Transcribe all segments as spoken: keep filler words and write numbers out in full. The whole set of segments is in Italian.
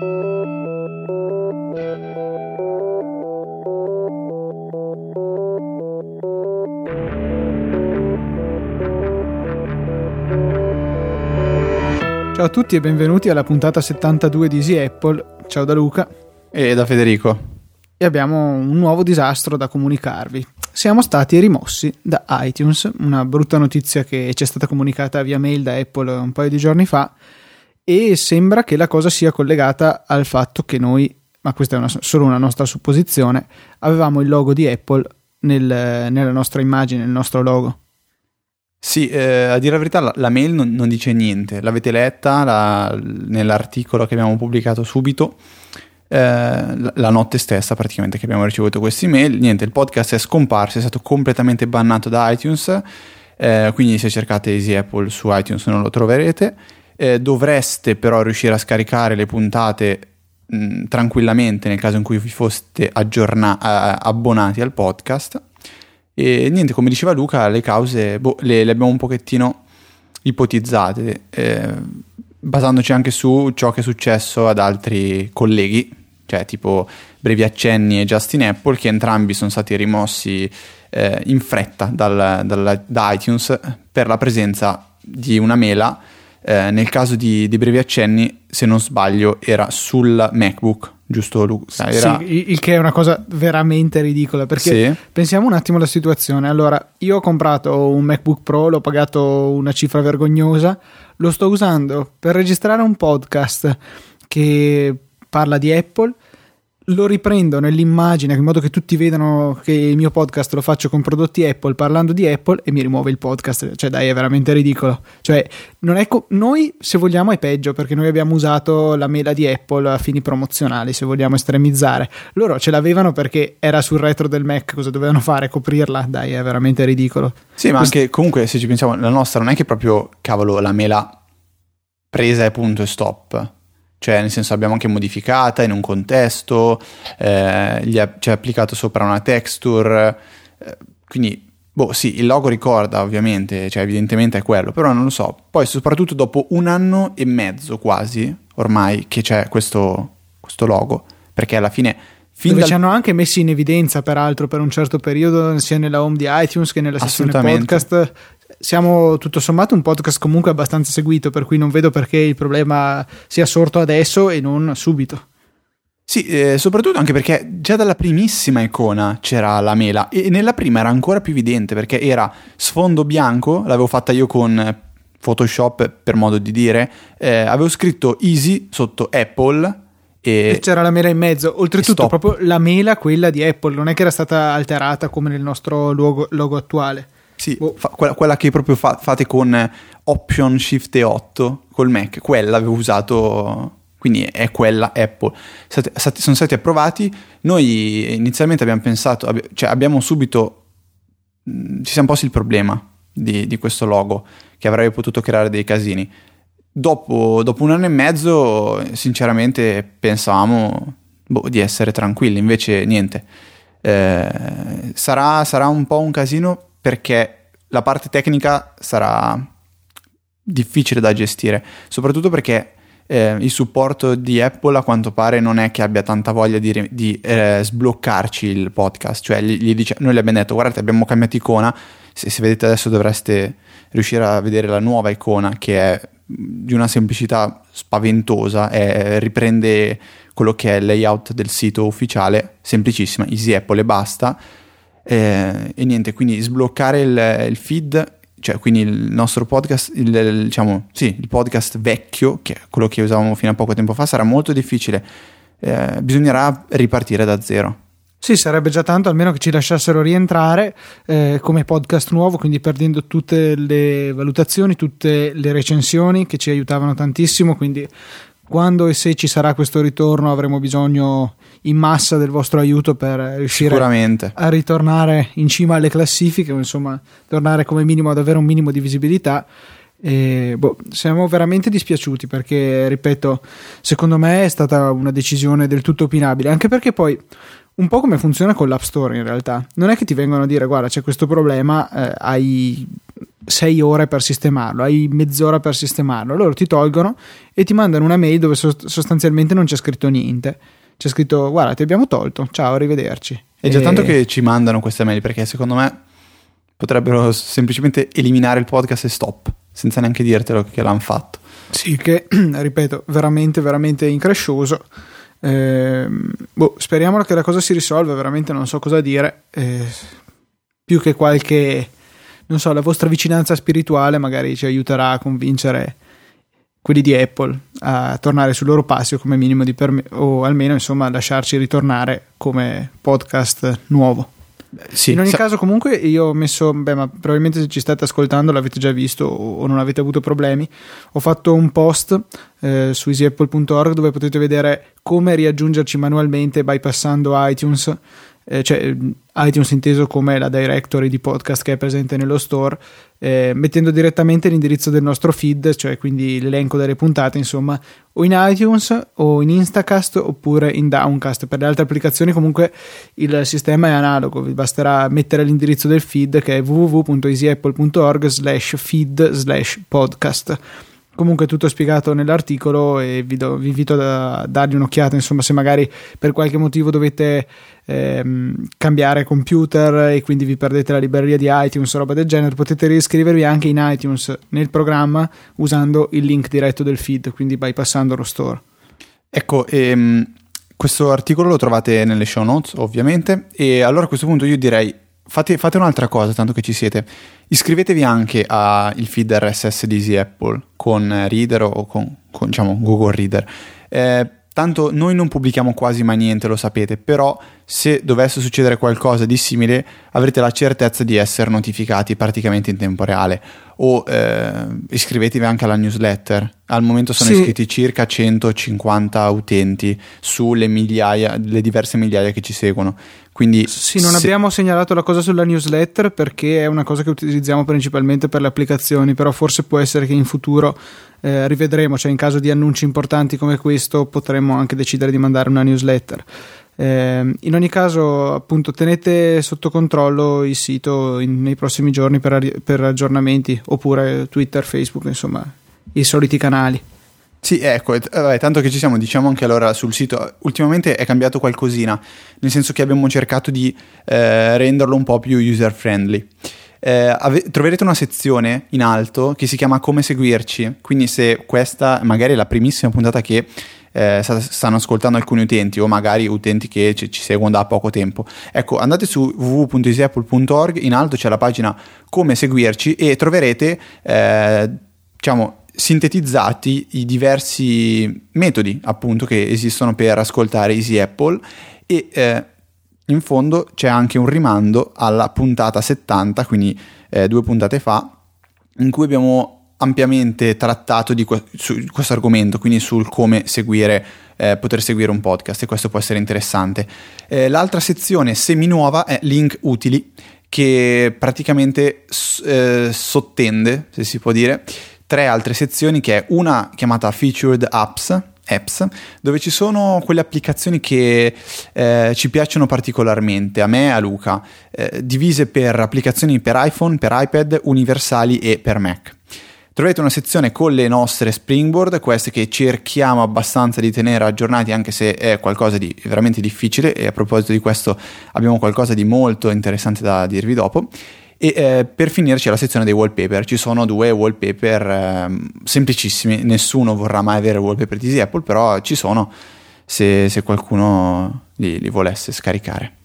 Ciao a tutti e benvenuti alla puntata settantadue di Easy Apple. Ciao da Luca e da Federico. E abbiamo un nuovo disastro da comunicarvi. Siamo stati rimossi da iTunes, una brutta notizia che ci è stata comunicata via mail da Apple un paio di giorni fa, e sembra che la cosa sia collegata al fatto che noi, ma questa è una, solo una nostra supposizione, avevamo il logo di Apple nel, nella nostra immagine, nel nostro logo. Sì, eh, a dire la verità la, la mail non, non dice niente, l'avete letta la, nell'articolo che abbiamo pubblicato subito, eh, la, la notte stessa praticamente che abbiamo ricevuto questa email. Niente, il podcast è scomparso, è stato completamente bannato da iTunes, eh, quindi se cercate Easy Apple su iTunes non lo troverete, eh, dovreste però riuscire a scaricare le puntate mh, tranquillamente nel caso in cui vi foste aggiorna- abbonati al podcast. E niente, come diceva Luca, le cause boh, le, le abbiamo un pochettino ipotizzate, eh, basandoci anche su ciò che è successo ad altri colleghi, cioè tipo Brevi Accenni e Justin Apple, che entrambi sono stati rimossi eh, in fretta dal, dal, da iTunes per la presenza di una mela. Eh, nel caso di, di Brevi Accenni, se non sbaglio, era sul MacBook, giusto Luca? Era... Sì, il che è una cosa veramente ridicola, perché sì. Pensiamo un attimo alla situazione. Allora, io ho comprato un MacBook Pro, l'ho pagato una cifra vergognosa, lo sto usando per registrare un podcast che parla di Apple, lo riprendo nell'immagine in modo che tutti vedano che il mio podcast lo faccio con prodotti Apple, parlando di Apple, e mi rimuove il podcast. Cioè dai, è veramente ridicolo. Cioè non è co- noi, se vogliamo, è peggio, perché noi abbiamo usato la mela di Apple a fini promozionali, se vogliamo estremizzare. Loro ce l'avevano perché era sul retro del Mac, cosa dovevano fare? Coprirla? Dai, è veramente ridicolo. Sì, ma Quest- anche comunque, se ci pensiamo, la nostra non è che proprio, cavolo, la mela presa e punto e stop. Cioè, nel senso, l'abbiamo anche modificata in un contesto, eh, gli ha, ci ha applicato sopra una texture, eh, quindi, boh, sì, il logo ricorda, ovviamente, cioè, evidentemente è quello, però non lo so. Poi, soprattutto dopo un anno e mezzo quasi, ormai, che c'è questo, questo logo, perché alla fine... Fin dove dal... ci hanno anche messi in evidenza, peraltro, per un certo periodo, sia nella home di iTunes che nella sezione podcast. Siamo tutto sommato un podcast comunque abbastanza seguito, per cui non vedo perché il problema sia sorto adesso e non subito. Sì, eh, soprattutto anche perché già dalla primissima icona c'era la mela, e nella prima era ancora più evidente perché era sfondo bianco, l'avevo fatta io con Photoshop, per modo di dire, eh, avevo scritto Easy sotto Apple e, e c'era la mela in mezzo, oltretutto proprio la mela quella di Apple, non è che era stata alterata come nel nostro logo, logo attuale. Sì, oh. fa, quella, quella che proprio fa, fate con Option Shift e otto col Mac, quella avevo usato, quindi è quella Apple. State, stati, sono stati approvati. Noi inizialmente abbiamo pensato, abbi- cioè abbiamo subito mh, ci siamo posti il problema di, di questo logo che avrebbe potuto creare dei casini. Dopo, dopo un anno e mezzo, sinceramente pensavamo boh, di essere tranquilli, invece niente. Eh, sarà, sarà un po' un casino, perché la parte tecnica sarà difficile da gestire, soprattutto perché eh, il supporto di Apple a quanto pare non è che abbia tanta voglia di, di eh, sbloccarci il podcast. Cioè gli, gli dice, noi gli abbiamo detto: guardate, abbiamo cambiato icona, se, se vedete adesso dovreste riuscire a vedere la nuova icona, che è di una semplicità spaventosa, è, riprende quello che è il layout del sito ufficiale, semplicissima, Easy Apple e basta. Eh, e niente, quindi sbloccare il, il feed, cioè quindi il nostro podcast, il, il, diciamo sì, il podcast vecchio, che è quello che usavamo fino a poco tempo fa, sarà molto difficile. Eh, bisognerà ripartire da zero. Sì, sarebbe già tanto almeno che ci lasciassero rientrare eh, come podcast nuovo, quindi perdendo tutte le valutazioni, tutte le recensioni che ci aiutavano tantissimo. Quindi quando e se ci sarà questo ritorno avremo bisogno in massa del vostro aiuto per riuscire a ritornare in cima alle classifiche, o insomma tornare come minimo ad avere un minimo di visibilità. E, boh, siamo veramente dispiaciuti, perché ripeto, secondo me è stata una decisione del tutto opinabile, anche perché poi un po' come funziona con l'App Store in realtà, non è che ti vengono a dire: guarda, c'è questo problema, eh, hai sei ore per sistemarlo, hai mezz'ora per sistemarlo, loro ti tolgono e ti mandano una mail dove sostanzialmente non c'è scritto niente, c'è scritto guarda ti abbiamo tolto, ciao, arrivederci. È già e... tanto che ci mandano queste mail, perché secondo me potrebbero semplicemente eliminare il podcast e stop, senza neanche dirtelo che l'hanno fatto. Sì, che ripeto, veramente veramente increscioso. Eh, boh, speriamo che la cosa si risolva, veramente non so cosa dire, eh, più che qualche, non so, la vostra vicinanza spirituale magari ci aiuterà a convincere quelli di Apple a tornare sul loro passi o come minimo di perme- o almeno insomma lasciarci ritornare come podcast nuovo. Sì, in ogni sa- caso comunque io ho messo, beh ma probabilmente se ci state ascoltando l'avete già visto o non avete avuto problemi, ho fatto un post eh, su easy apple punto org dove potete vedere come riaggiungerci manualmente bypassando iTunes, eh, cioè iTunes inteso come la directory di podcast che è presente nello store, eh, mettendo direttamente l'indirizzo del nostro feed, cioè quindi l'elenco delle puntate insomma, o in iTunes o in Instacast oppure in Downcast. Per le altre applicazioni comunque il sistema è analogo, vi basterà mettere l'indirizzo del feed che è w w w punto easy apple punto org slash feed slash podcast. Comunque tutto spiegato nell'articolo e vi, do, vi invito a dargli un'occhiata, insomma, se magari per qualche motivo dovete ehm, cambiare computer e quindi vi perdete la libreria di iTunes o roba del genere, potete riscrivervi anche in iTunes nel programma usando il link diretto del feed, quindi bypassando lo store. Ecco, ehm, questo articolo lo trovate nelle show notes ovviamente, e allora a questo punto io direi Fate, fate un'altra cosa, tanto che ci siete. Iscrivetevi anche al feed R S S di Easy Apple con Reader o con, con diciamo, Google Reader. Eh, tanto noi non pubblichiamo quasi mai niente, lo sapete, però se dovesse succedere qualcosa di simile avrete la certezza di essere notificati praticamente in tempo reale. O eh, iscrivetevi anche alla newsletter. Al momento sono sì. iscritti circa centocinquanta utenti sulle migliaia, le diverse migliaia che ci seguono. Quindi sì, non se... abbiamo segnalato la cosa sulla newsletter perché è una cosa che utilizziamo principalmente per le applicazioni, però forse può essere che in futuro eh, rivedremo, cioè in caso di annunci importanti come questo potremmo anche decidere di mandare una newsletter. Eh, in ogni caso appunto tenete sotto controllo il sito in, nei prossimi giorni per, per aggiornamenti, oppure Twitter, Facebook, insomma i soliti canali. Sì, ecco, vabbè, tanto che ci siamo, diciamo anche allora sul sito, ultimamente è cambiato qualcosina, nel senso che abbiamo cercato di eh, renderlo un po' più user friendly. Eh, ave- troverete una sezione in alto che si chiama Come seguirci, quindi se questa magari è la primissima puntata che eh, stanno ascoltando alcuni utenti o magari utenti che ci, ci seguono da poco tempo, ecco, andate su w w w punto easy apple punto org, in alto c'è la pagina Come seguirci e troverete eh, diciamo sintetizzati i diversi metodi appunto che esistono per ascoltare Easy Apple, e eh, in fondo c'è anche un rimando alla puntata settanta, quindi eh, due puntate fa, in cui abbiamo ampiamente trattato di que- su questo argomento, quindi sul come seguire eh, poter seguire un podcast, e questo può essere interessante. Eh, l'altra sezione seminuova è link utili, che praticamente eh, sottende, se si può dire, tre altre sezioni, che è una chiamata Featured Apps, apps dove ci sono quelle applicazioni che eh, ci piacciono particolarmente, a me e a Luca, eh, divise per applicazioni per iPhone, per iPad, universali e per Mac. Trovate una sezione con le nostre Springboard, queste che cerchiamo abbastanza di tenere aggiornati, anche se è qualcosa di veramente difficile, e a proposito di questo abbiamo qualcosa di molto interessante da dirvi dopo. E eh, per finirci la sezione dei wallpaper. Ci sono due wallpaper eh, semplicissimi, nessuno vorrà mai avere il wallpaper di Easy Apple, però ci sono se, se qualcuno li, li volesse scaricare.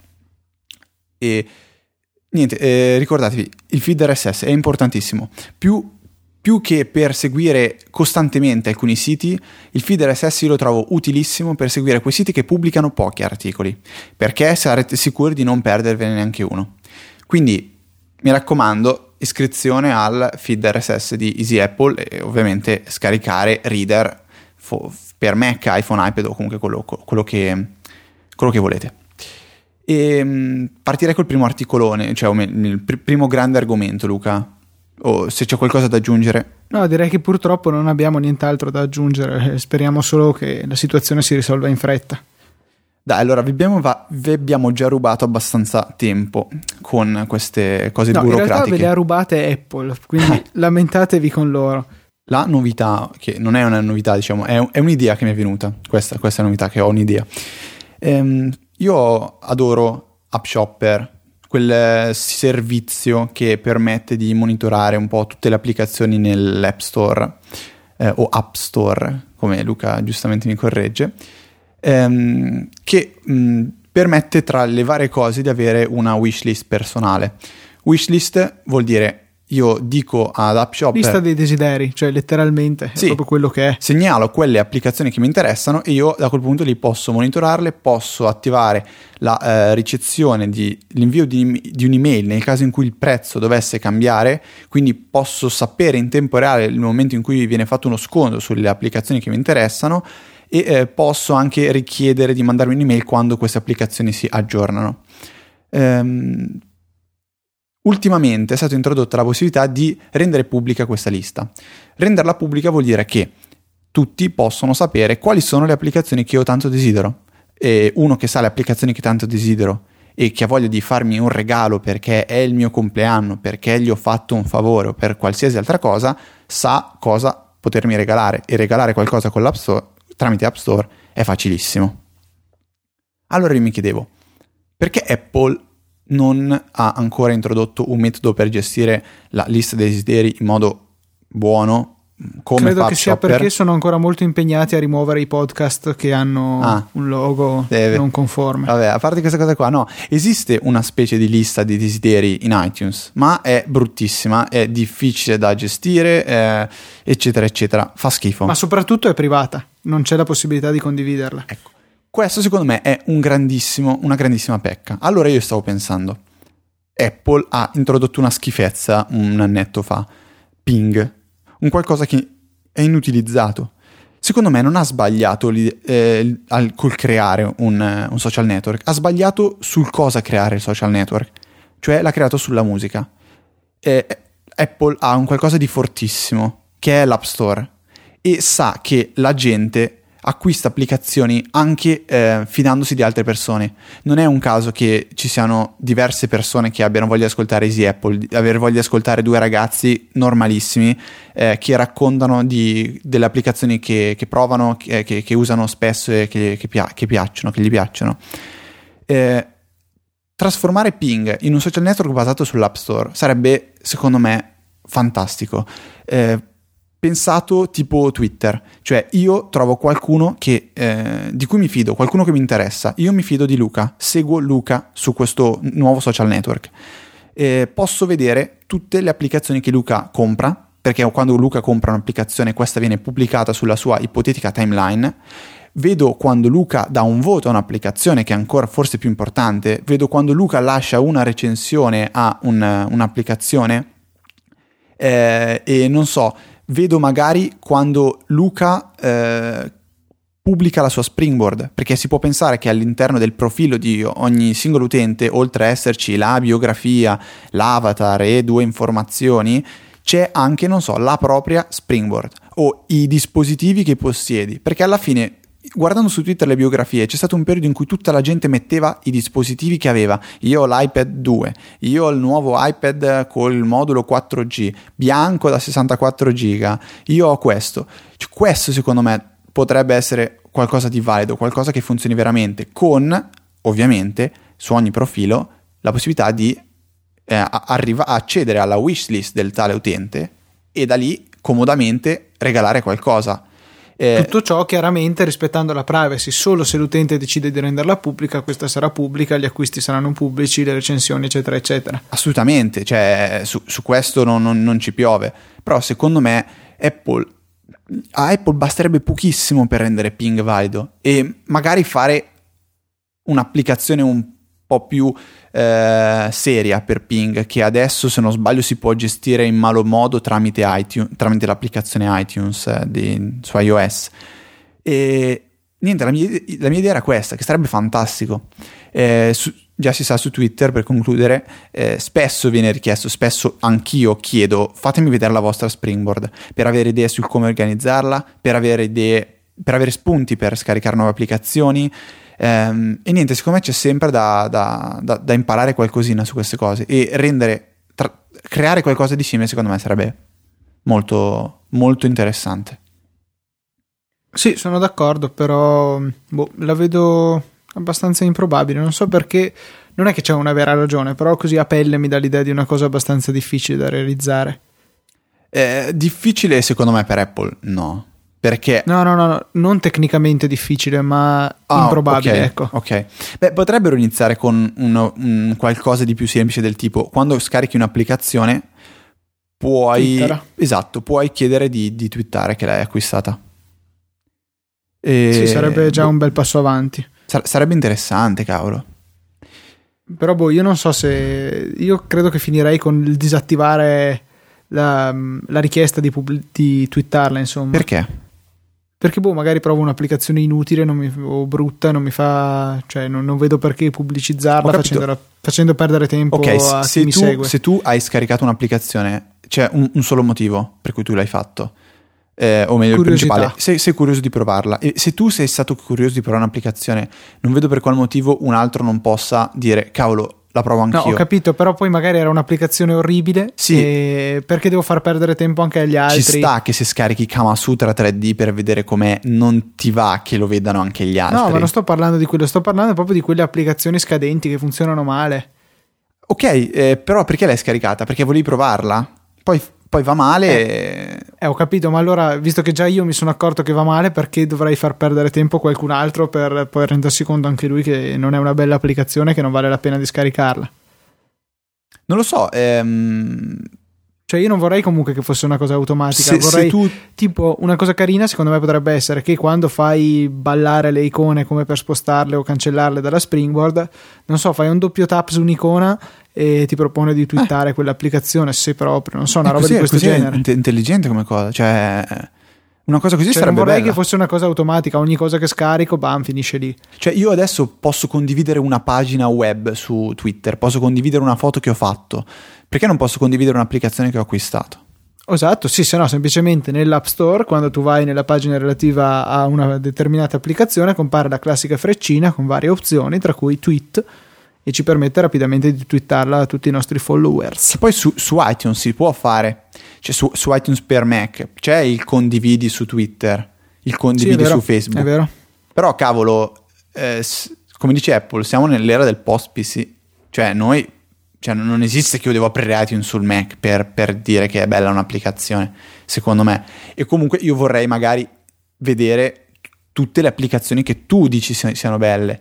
E niente, eh, ricordatevi, il feed R S S è importantissimo, più, più che per seguire costantemente alcuni siti, il feed R S S io lo trovo utilissimo per seguire quei siti che pubblicano pochi articoli, perché sarete sicuri di non perdervene neanche uno. Quindi mi raccomando, iscrizione al feed R S S di Easy Apple e ovviamente scaricare Reader fo- per Mac, iPhone, iPad o comunque quello, quello, che, quello che volete. E mh, partirei col primo articolone, cioè il pr- primo grande argomento, Luca. O se c'è qualcosa da aggiungere. No, direi che purtroppo non abbiamo nient'altro da aggiungere, speriamo solo che la situazione si risolva in fretta. Dai, allora vi abbiamo, va- vi abbiamo già rubato abbastanza tempo con queste cose no, burocratiche. In realtà ve le ha rubate Apple, quindi lamentatevi con loro. La novità, che non è una novità, diciamo, è, è un'idea che mi è venuta. Questa, questa è un'novità, che ho un'idea. Ehm, io adoro AppShopper, quel servizio che permette di monitorare un po' tutte le applicazioni nell'App Store eh, o App Store, come Luca giustamente mi corregge. Ehm, che mh, permette tra le varie cose di avere una wishlist personale. Wishlist vuol dire io dico ad AppShopper lista dei desideri, cioè letteralmente è sì, proprio quello che è. Segnalo quelle applicazioni che mi interessano e io da quel punto lì posso monitorarle, posso attivare la eh, ricezione di l'invio di, di un'email nel caso in cui il prezzo dovesse cambiare, quindi posso sapere in tempo reale il momento in cui viene fatto uno sconto sulle applicazioni che mi interessano e eh, posso anche richiedere di mandarmi un'email quando queste applicazioni si aggiornano. Ehm, ultimamente è stata introdotta la possibilità di rendere pubblica questa lista. Renderla pubblica vuol dire che tutti possono sapere quali sono le applicazioni che io tanto desidero. E uno che sa le applicazioni che tanto desidero e che ha voglia di farmi un regalo perché è il mio compleanno, perché gli ho fatto un favore o per qualsiasi altra cosa, sa cosa potermi regalare, e regalare qualcosa con l'App Store tramite App Store è facilissimo. Allora io mi chiedevo, perché Apple non ha ancora introdotto un metodo per gestire la lista dei desideri in modo buono, come credo fa che sia Shopper? Perché sono ancora molto impegnati a rimuovere i podcast che hanno ah, un logo deve. non conforme. Vabbè, a parte questa cosa qua, no, esiste una specie di lista di desideri in iTunes, ma è bruttissima, è difficile da gestire, eh, eccetera eccetera, fa schifo. Ma soprattutto è privata, non c'è la possibilità di condividerla. Ecco, questo secondo me è un grandissimo, una grandissima pecca. Allora io stavo pensando, Apple ha introdotto una schifezza un annetto fa, Ping, un qualcosa che è inutilizzato. Secondo me non ha sbagliato eh, al, col creare un, un social network, ha sbagliato sul cosa creare il social network, cioè l'ha creato sulla musica. Eh, Apple ha un qualcosa di fortissimo, che è l'App Store, e sa che la gente acquista applicazioni anche eh, fidandosi di altre persone. Non è un caso che ci siano diverse persone che abbiano voglia di ascoltare Easy Apple, di aver voglia di ascoltare due ragazzi normalissimi eh, che raccontano di, delle applicazioni che, che provano, che, che, che usano spesso e che, che, pia- che piacciono, che gli piacciono. Eh, trasformare Ping in un social network basato sull'App Store sarebbe, secondo me, fantastico. Eh, pensato tipo Twitter, cioè io trovo qualcuno che, eh, di cui mi fido, qualcuno che mi interessa, io mi fido di Luca, seguo Luca su questo nuovo social network, eh, posso vedere tutte le applicazioni che Luca compra, perché quando Luca compra un'applicazione questa viene pubblicata sulla sua ipotetica timeline, vedo quando Luca dà un voto a un'applicazione, che è ancora forse più importante, vedo quando Luca lascia una recensione a un, un'applicazione eh, e non so, vedo magari quando Luca eh, pubblica la sua Springboard, perché si può pensare che all'interno del profilo di ogni singolo utente, oltre a esserci la biografia, l'avatar e due informazioni, c'è anche, non so, la propria Springboard o i dispositivi che possiedi, perché alla fine, guardando su Twitter le biografie, c'è stato un periodo in cui tutta la gente metteva i dispositivi che aveva. Io ho l'iPad due, io ho il nuovo iPad col modulo quattro G, bianco da sessantaquattro giga, io ho questo. Cioè, questo secondo me potrebbe essere qualcosa di valido, qualcosa che funzioni veramente, con, ovviamente, su ogni profilo, la possibilità di eh, arriva- accedere alla wishlist del tale utente e da lì comodamente regalare qualcosa. Eh, Tutto ciò chiaramente rispettando la privacy. Solo se l'utente decide di renderla pubblica, questa sarà pubblica, gli acquisti saranno pubblici, le recensioni eccetera eccetera. Assolutamente, cioè su, su questo non, non, non ci piove. Però secondo me Apple, a Apple basterebbe pochissimo per rendere Ping valido e magari fare un'applicazione un po' più eh, seria per Ping, che adesso, se non sbaglio, si può gestire in malo modo tramite iTunes, tramite l'applicazione iTunes eh, di, su iOS. E niente, la mia, la mia idea era questa, che sarebbe fantastico. Eh, su, già si sa, su Twitter, per concludere, eh, spesso viene richiesto, spesso anch'io chiedo, fatemi vedere la vostra Springboard, per avere idee su come organizzarla, per avere idee, per avere spunti per scaricare nuove applicazioni. Ehm, e niente, secondo me c'è sempre da, da, da, da imparare qualcosina su queste cose e rendere, tra, creare qualcosa di simile secondo me sarebbe molto, molto interessante. Sì, sono d'accordo, però boh, la vedo abbastanza improbabile. Non so perché, non è che c'è una vera ragione, però così a pelle mi dà l'idea di una cosa abbastanza difficile da realizzare. Eh, difficile secondo me per Apple, no. Perché... No, no, no, no, non tecnicamente difficile, ma ah, improbabile, okay, ecco. Ok. Beh, potrebbero iniziare con uno, un qualcosa di più semplice del tipo, quando scarichi un'applicazione, puoi... Twitter. Esatto, puoi chiedere di, di twittare che l'hai acquistata. E... Sì, sarebbe già boh, un bel passo avanti. Sar- sarebbe interessante, cavolo. Però boh, io non so se... Io credo che finirei con il disattivare la, la richiesta di, pub- di twittarla, insomma. Perché? Perché boh, magari provo un'applicazione inutile non mi, o brutta, non mi fa, cioè non, non vedo perché pubblicizzarla facendo, facendo perdere tempo okay, a se chi mi tu, segue. Se tu hai scaricato un'applicazione, c'è un, un solo motivo per cui tu l'hai fatto, eh, o meglio il principale, sei, sei curioso di provarla. E se tu sei stato curioso di provare un'applicazione, non vedo per qual motivo un altro non possa dire cavolo, la provo anch'io. No, ho capito, però poi magari era un'applicazione orribile. Sì. E perché devo far perdere tempo anche agli altri? Ci sta che se scarichi Kamasutra tre D per vedere com'è, non ti va che lo vedano anche gli altri. No, ma non sto parlando di quello, sto parlando proprio di quelle applicazioni scadenti che funzionano male. Ok, eh, però perché l'hai scaricata? Perché volevi provarla? Poi, poi va male. Eh, eh, ho capito, ma allora, visto che già io mi sono accorto che va male, perché dovrei far perdere tempo a qualcun altro per poi rendersi conto anche lui che non è una bella applicazione, che non vale la pena di scaricarla? Non lo so, ehm... cioè io non vorrei comunque che fosse una cosa automatica, se, vorrei se tu... tipo una cosa carina secondo me potrebbe essere che quando fai ballare le icone come per spostarle o cancellarle dalla Springboard, non so, fai un doppio tap su un'icona e ti propone di twittare eh. quell'applicazione, se proprio, non so, una roba così, di questo così genere. È intelligente come cosa, cioè una cosa così cioè, sarebbe non vorrei bella. che fosse una cosa automatica, ogni cosa che scarico, bam, finisce lì. Cioè io adesso posso condividere una pagina web su Twitter, posso condividere una foto che ho fatto, perché non posso condividere un'applicazione che ho acquistato? Esatto, sì, se no semplicemente nell'App Store, quando tu vai nella pagina relativa a una determinata applicazione, compare la classica freccina con varie opzioni, tra cui tweet, e ci permette rapidamente di twittarla a tutti i nostri followers. Poi su, su iTunes si può fare, cioè su, su iTunes per Mac c'è il condividi su Twitter, il condividi sì, vero, su Facebook. È vero. Però cavolo, eh, come dice Apple, siamo nell'era del post P C, cioè noi, cioè non esiste che io devo aprire iTunes sul Mac per, per dire che è bella un'applicazione, secondo me. E comunque io vorrei magari vedere tutte le applicazioni che tu dici siano belle.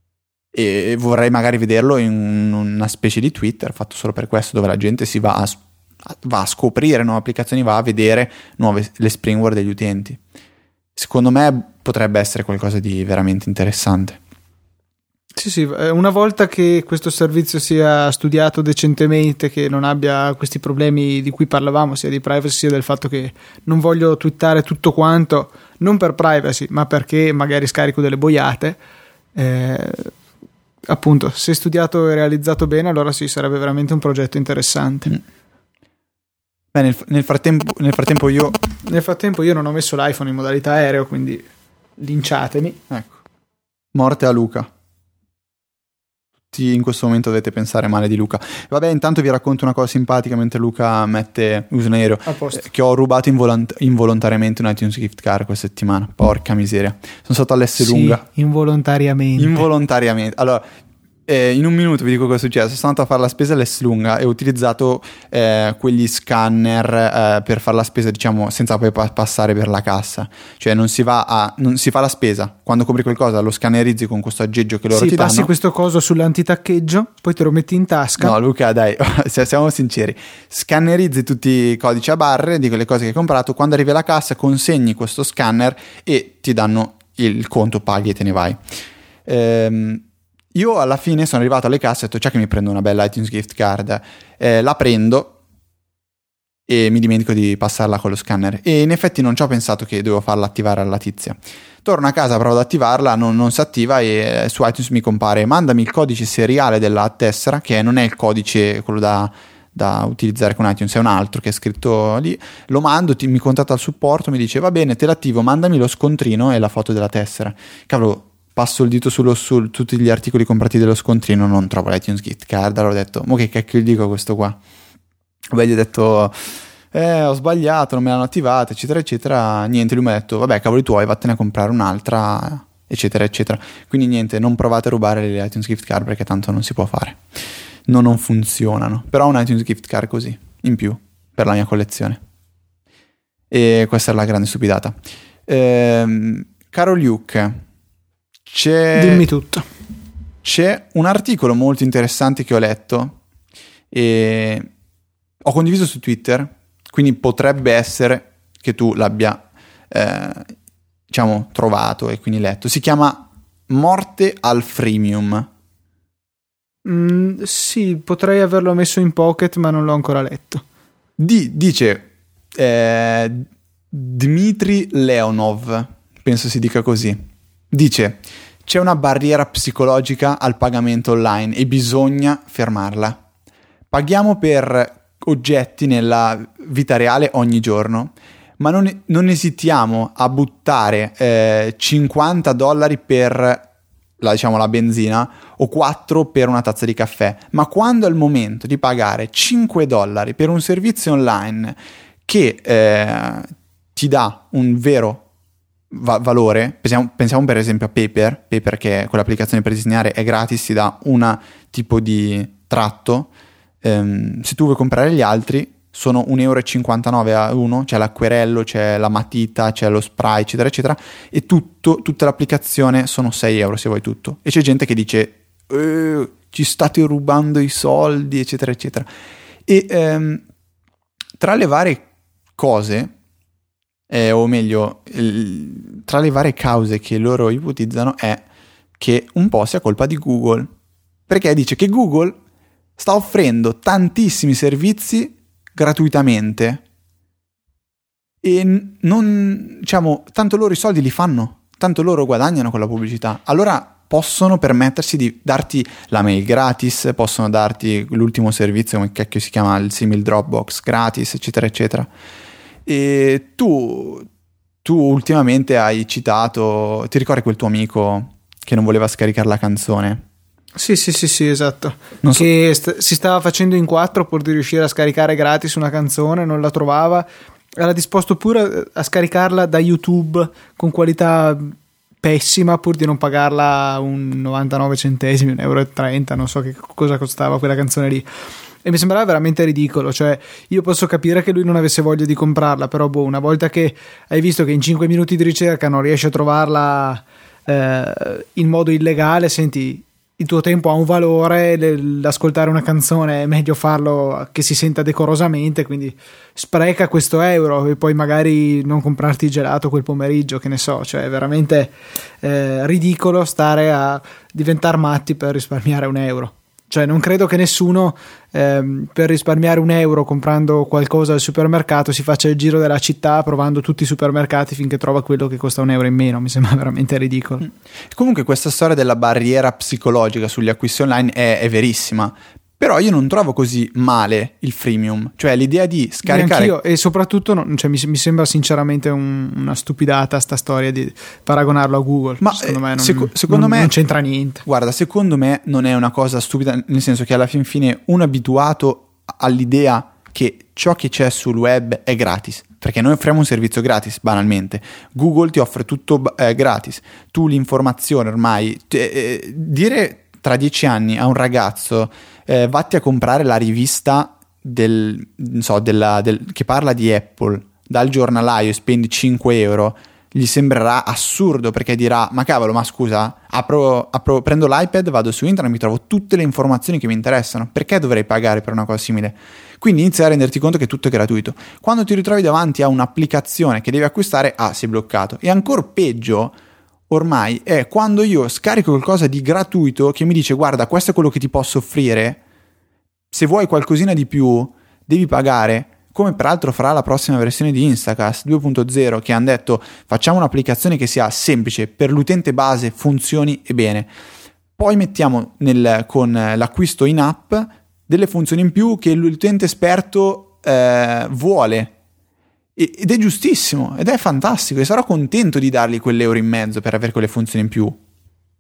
E vorrei magari vederlo in una specie di Twitter fatto solo per questo, dove la gente si va a, va a scoprire nuove applicazioni, va a vedere nuove le Springboard degli utenti. Secondo me potrebbe essere qualcosa di veramente interessante. Sì, sì, una volta che questo servizio sia studiato decentemente, che non abbia questi problemi di cui parlavamo, sia di privacy sia del fatto che non voglio twittare tutto quanto, non per privacy ma perché magari scarico delle boiate, eh, appunto, se studiato e realizzato bene, allora sì, sarebbe veramente un progetto interessante. Mm. Beh, nel, nel, frattempo, nel frattempo io nel frattempo io non ho messo l'iPhone in modalità aereo, quindi linciatemi. Ecco. Morte a Luca. Tutti in questo momento dovete pensare male di Luca. Vabbè, intanto vi racconto una cosa simpatica mentre Luca mette uso in aereo, eh, che ho rubato involont- involontariamente un iTunes gift card questa settimana. Porca miseria. Sono stato all'Esselunga. Sì, involontariamente. Involontariamente. Allora, eh, in un minuto vi dico cosa è successo. Sono andato a fare la spesa all'Esselunga e ho utilizzato eh, quegli scanner eh, per fare la spesa, diciamo, senza poi pa- passare per la cassa. Cioè non si va a non si fa la spesa. Quando compri qualcosa lo scannerizzi con questo aggeggio che loro sì, ti danno. Sì, passi questo coso sull'antitaccheggio, poi te lo metti in tasca. No, Luca, dai, siamo sinceri. Scannerizzi tutti i codici a barre di quelle cose che hai comprato. Quando arrivi alla cassa consegni questo scanner e ti danno il conto, paghi e te ne vai. Ehm Io alla fine sono arrivato alle casse e ho detto, c'è che mi prendo una bella iTunes gift card, eh, la prendo e mi dimentico di passarla con lo scanner, e in effetti non ci ho pensato che dovevo farla attivare alla tizia. Torno a casa, provo ad attivarla, non, non si attiva, e su iTunes mi compare mandami il codice seriale della tessera, che non è il codice quello da, da utilizzare con iTunes, è un altro che è scritto lì. Lo mando, ti, mi contatta al supporto, mi dice va bene, te l'attivo, mandami lo scontrino e la foto della tessera. Cavolo, passo il dito sullo, su tutti gli articoli comprati dello scontrino, non trovo l'iTunes gift card. Allora ho detto, ma che cacchio gli dico a questo qua? Beh, gli ho detto, eh, ho sbagliato, non me l'hanno attivata, eccetera, eccetera. Niente, lui mi ha detto, vabbè, cavoli tuoi, vattene a comprare un'altra, eccetera, eccetera. Quindi niente, non provate a rubare le iTunes gift card perché tanto non si può fare. Non, non funzionano. Però ho un iTunes gift card così, in più, per la mia collezione. E questa è la grande stupidata. Ehm, caro Luke, c'è... Dimmi tutto. C'è un articolo molto interessante che ho letto e ho condiviso su Twitter, quindi potrebbe essere che tu l'abbia eh, diciamo trovato e quindi letto. Si chiama Morte al freemium. Mm, sì, potrei averlo messo in pocket, ma non l'ho ancora letto. Di, dice eh, Dmitry Leonov, penso si dica così, dice: c'è una barriera psicologica al pagamento online e bisogna fermarla. Paghiamo per oggetti nella vita reale ogni giorno, ma non, non esitiamo a buttare eh, cinquanta dollari per la, diciamo, la benzina o quattro per una tazza di caffè. Ma quando è il momento di pagare cinque dollari per un servizio online che eh, ti dà un vero Va- valore, pensiamo, pensiamo per esempio a Paper, Paper che quell'applicazione per disegnare è gratis, ti dà un tipo di tratto, ehm, se tu vuoi comprare gli altri sono un euro e cinquantanove a uno, c'è l'acquerello, c'è la matita, c'è lo spray, eccetera eccetera, e tutto, tutta l'applicazione sono sei euro se vuoi tutto, e c'è gente che dice eh, ci state rubando i soldi, eccetera eccetera. E ehm, tra le varie cose, Eh, o meglio, il, tra le varie cause che loro ipotizzano è che un po' sia colpa di Google, perché dice che Google sta offrendo tantissimi servizi gratuitamente e non, diciamo, tanto loro i soldi li fanno, tanto loro guadagnano con la pubblicità, allora possono permettersi di darti la mail gratis, possono darti l'ultimo servizio, come cacchio si chiama, il simil Dropbox gratis, eccetera eccetera. E tu, tu ultimamente hai citato, ti ricordi quel tuo amico che non voleva scaricare la canzone? Sì, sì, sì, sì, esatto. Non so... Che st- si stava facendo in quattro pur di riuscire a scaricare gratis una canzone, non la trovava. Era disposto pure a scaricarla da YouTube con qualità pessima pur di non pagarla un novantanove centesimi, un euro e trenta, non so che cosa costava quella canzone lì. E mi sembrava veramente ridicolo, cioè io posso capire che lui non avesse voglia di comprarla, però boh, una volta che hai visto che in cinque minuti di ricerca non riesci a trovarla eh, in modo illegale, senti, il tuo tempo ha un valore, l'ascoltare una canzone è meglio farlo che si senta decorosamente, quindi spreca questo euro e poi magari non comprarti il gelato quel pomeriggio, che ne so, cioè è veramente eh, ridicolo stare a diventare matti per risparmiare un euro. Cioè non credo che nessuno ehm, per risparmiare un euro comprando qualcosa al supermercato si faccia il giro della città provando tutti i supermercati finché trova quello che costa un euro in meno. Mi sembra veramente ridicolo. Comunque questa storia della barriera psicologica sugli acquisti online è, è verissima. Però io non trovo così male il freemium, cioè l'idea di scaricare... Anch'io, e soprattutto non, cioè, mi, mi sembra sinceramente un, una stupidata sta storia di paragonarlo a Google. Ma secondo me, non, seco- secondo non, me non c'entra niente. Guarda, secondo me non è una cosa stupida, nel senso che alla fin fine uno abituato all'idea che ciò che c'è sul web è gratis, perché noi offriamo un servizio gratis, banalmente. Google ti offre tutto eh, gratis. Tu l'informazione ormai... Eh, dire tra dieci anni a un ragazzo... Eh, vatti a comprare la rivista del, non so, della, del, che parla di Apple dal giornalaio e spendi cinque euro, gli sembrerà assurdo, perché dirà: ma cavolo, ma scusa, apro, apro, prendo l'iPad, vado su internet, mi trovo tutte le informazioni che mi interessano, perché dovrei pagare per una cosa simile? Quindi inizia a renderti conto che tutto è gratuito. Quando ti ritrovi davanti a un'applicazione che devi acquistare, ah, sei bloccato. E ancora peggio ormai è quando io scarico qualcosa di gratuito che mi dice: guarda, questo è quello che ti posso offrire, se vuoi qualcosina di più devi pagare, come peraltro farà la prossima versione di Instacast due punto zero, che hanno detto: facciamo un'applicazione che sia semplice, per l'utente base funzioni e bene, poi mettiamo nel, con l'acquisto in app delle funzioni in più che l'utente esperto eh, vuole. Ed è giustissimo, ed è fantastico, e sarò contento di dargli quell'euro in mezzo per avere quelle funzioni in più.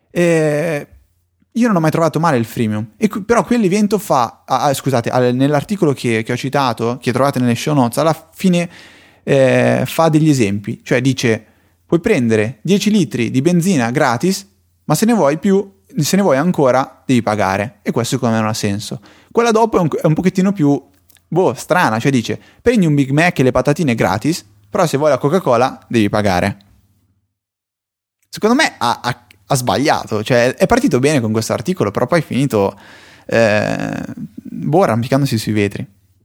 E io non ho mai trovato male il freemium, e, però quell'evento fa, ah, scusate, nell'articolo che, che ho citato, che trovate nelle show notes, alla fine eh, fa degli esempi, cioè dice puoi prendere dieci litri di benzina gratis, ma se ne vuoi più, se ne vuoi ancora devi pagare, e questo secondo me non ha senso. Quella dopo è un, è un pochettino più boh, strana, cioè dice prendi un Big Mac e le patatine gratis, però se vuoi la Coca-Cola devi pagare. Secondo me ha, ha, ha sbagliato, cioè è partito bene con questo articolo, però poi è finito eh, boh, arrampicandosi sui vetri.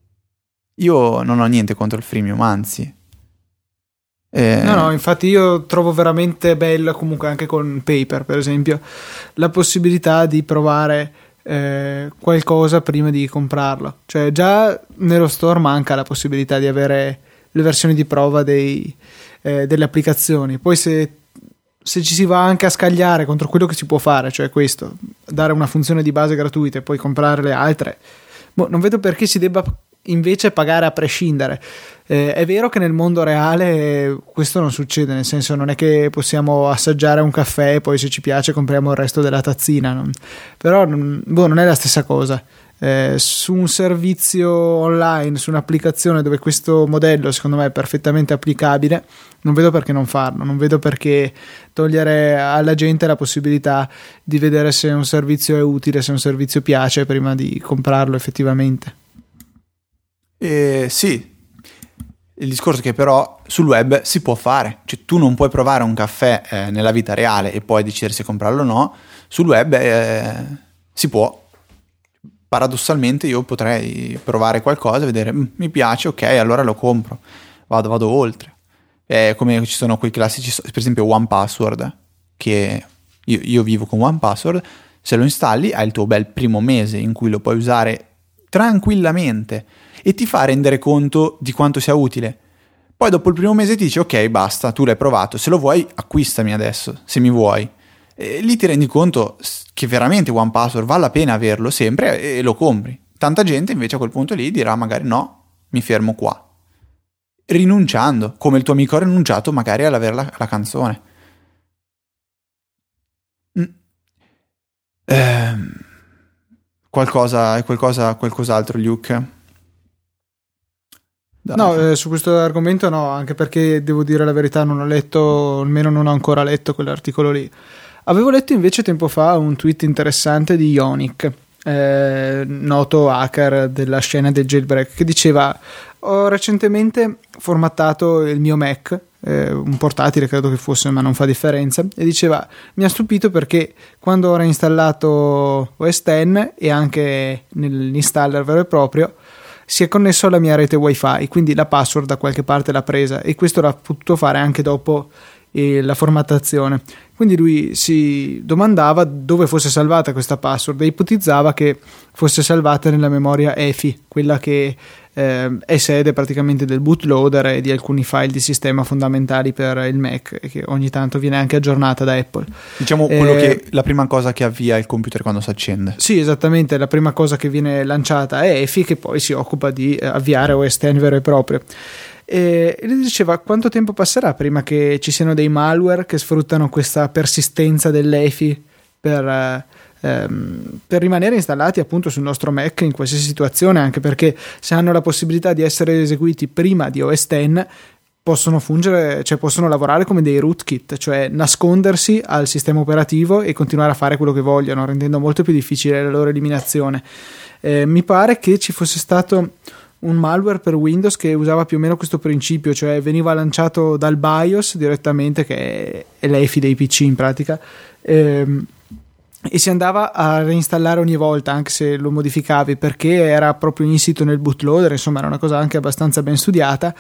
Io non ho niente contro il freemium, anzi eh... no no infatti io trovo veramente bello, comunque anche con Paper per esempio, la possibilità di provare eh, qualcosa prima di comprarlo. Cioè già nello store manca la possibilità di avere le versioni di prova dei, eh, delle applicazioni. Poi se se ci si va anche a scagliare contro quello che si può fare, cioè questo, dare una funzione di base gratuita e poi comprare le altre, boh, non vedo perché si debba invece pagare a prescindere. Eh, è vero che nel mondo reale questo non succede, nel senso non è che possiamo assaggiare un caffè e poi se ci piace compriamo il resto della tazzina, non, però non, boh, non è la stessa cosa. Eh, su un servizio online, su un'applicazione dove questo modello secondo me è perfettamente applicabile, non vedo perché non farlo, non vedo perché togliere alla gente la possibilità di vedere se un servizio è utile, se un servizio piace prima di comprarlo effettivamente. Eh, sì, il discorso è che però sul web si può fare, cioè tu non puoi provare un caffè eh, nella vita reale e poi decidere se comprarlo o no. Sul web eh, si può. Paradossalmente io potrei provare qualcosa, vedere mi piace, ok, allora lo compro, vado, vado oltre. È come ci sono quei classici, per esempio one password, che io, io vivo con one password, se lo installi hai il tuo bel primo mese in cui lo puoi usare tranquillamente e ti fa rendere conto di quanto sia utile. Poi dopo il primo mese ti dice ok, basta, tu l'hai provato, se lo vuoi acquistami adesso, se mi vuoi. E lì ti rendi conto che veramente one password vale la pena averlo sempre e lo compri. Tanta gente invece a quel punto lì dirà magari no, mi fermo qua, rinunciando, come il tuo amico ha rinunciato magari all'avere la, la canzone. mm. eh, qualcosa qualcosa qualcos'altro, Luke? Dai. No, eh, su questo argomento no, anche perché devo dire la verità, non ho letto, almeno non ho ancora letto quell'articolo lì. Avevo letto invece tempo fa un tweet interessante di Ionic, eh, noto hacker della scena del jailbreak, che diceva: ho recentemente formattato il mio Mac, eh, un portatile credo che fosse, ma non fa differenza, e diceva mi ha stupito perché quando ho reinstallato O S dieci e anche nell'installer vero e proprio si è connesso alla mia rete wifi, quindi la password da qualche parte l'ha presa, e questo l'ha potuto fare anche dopo eh, la formattazione. Quindi lui si domandava dove fosse salvata questa password e ipotizzava che fosse salvata nella memoria E F I, quella che eh, è sede praticamente del bootloader e di alcuni file di sistema fondamentali per il Mac, e che ogni tanto viene anche aggiornata da Apple. Diciamo quello eh, che la prima cosa che avvia il computer quando si accende. Sì, esattamente, la prima cosa che viene lanciata è E F I, che poi si occupa di avviare O S dieci vero e proprio. E lui diceva quanto tempo passerà prima che ci siano dei malware che sfruttano questa persistenza dell'E F I per, ehm, per rimanere installati appunto sul nostro Mac in qualsiasi situazione, anche perché se hanno la possibilità di essere eseguiti prima di O S dieci possono fungere, cioè possono lavorare come dei rootkit, cioè nascondersi al sistema operativo e continuare a fare quello che vogliono, rendendo molto più difficile la loro eliminazione. Eh, mi pare che ci fosse stato un malware per Windows che usava più o meno questo principio, cioè veniva lanciato dal BIOS direttamente, che è l'E F I dei P C in pratica, ehm, e si andava a reinstallare ogni volta anche se lo modificavi, perché era proprio insito nel bootloader. Insomma, era una cosa anche abbastanza ben studiata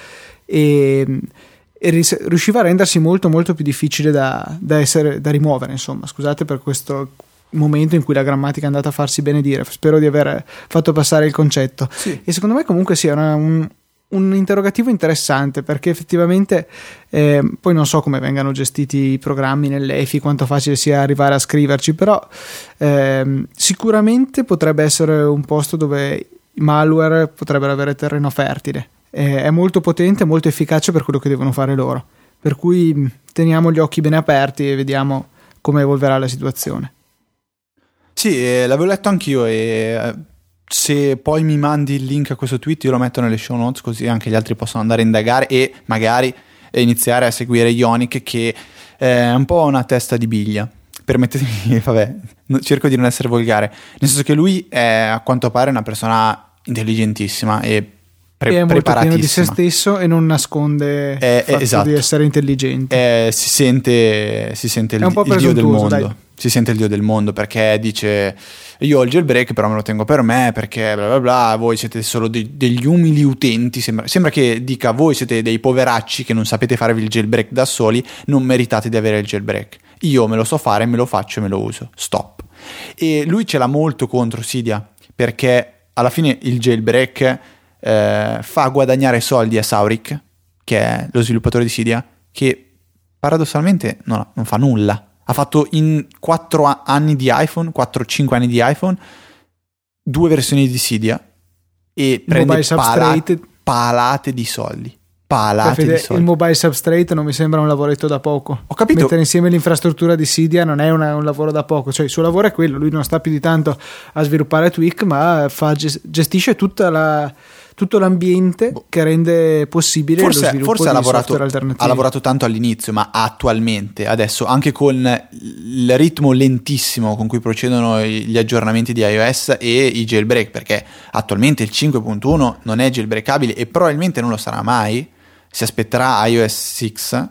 e, e riusciva a rendersi molto molto più difficile da, da, essere, da rimuovere. Insomma, scusate per questo momento in cui la grammatica è andata a farsi benedire, spero di aver fatto passare il concetto. Sì. E secondo me comunque sia una, un, un interrogativo interessante, perché effettivamente eh, poi non so come vengano gestiti i programmi nell'E F I, quanto facile sia arrivare a scriverci, però eh, sicuramente potrebbe essere un posto dove i malware potrebbero avere terreno fertile. Eh, è molto potente, molto efficace per quello che devono fare loro, per cui teniamo gli occhi bene aperti e vediamo come evolverà la situazione. Sì, eh, l'avevo letto anch'io e eh, se poi mi mandi il link a questo tweet io lo metto nelle show notes così anche gli altri possono andare a indagare e magari iniziare a seguire Ionic, che è un po' una testa di biglia. Permettetemi, vabbè, cerco di non essere volgare, nel senso che lui è a quanto pare una persona intelligentissima e pre- e è molto pieno di se preparatissima. stesso e non nasconde È- il fatto esatto. di essere intelligente. Eh, si sente, si sente il, È un po' il dio del presuntuoso, mondo. dai. Si sente il dio del mondo perché dice: io ho il jailbreak, però me lo tengo per me perché bla bla bla. Voi siete solo de- degli umili utenti. Sembra, sembra che dica: voi siete dei poveracci che non sapete farvi il jailbreak da soli, non meritate di avere il jailbreak. Io me lo so fare, me lo faccio e me lo uso. Stop. E lui ce l'ha molto contro Cydia perché alla fine il jailbreak eh, fa guadagnare soldi a Saurik, che è lo sviluppatore di Cydia, che paradossalmente non, non fa nulla. Ha fatto in quattro anni di iPhone, quattro cinque anni di iPhone, due versioni di Cydia e Il prende mobile substrate, pala- palate di soldi. Palate Fede, di soldi. il mobile substrate non mi sembra un lavoretto da poco. Ho capito. Mettere insieme l'infrastruttura di Cydia non è una, un lavoro da poco, cioè il suo lavoro è quello, lui non sta più di tanto a sviluppare Tweak, ma fa, gestisce tutta la, tutto l'ambiente che rende possibile Forse, lo sviluppo forse di ha lavorato, software alternativi. ha lavorato tanto all'inizio, ma attualmente, adesso, anche con il ritmo lentissimo con cui procedono gli aggiornamenti di iOS e i jailbreak, perché attualmente il cinque punto uno non è jailbreakabile e probabilmente non lo sarà mai, si aspetterà iOS sei,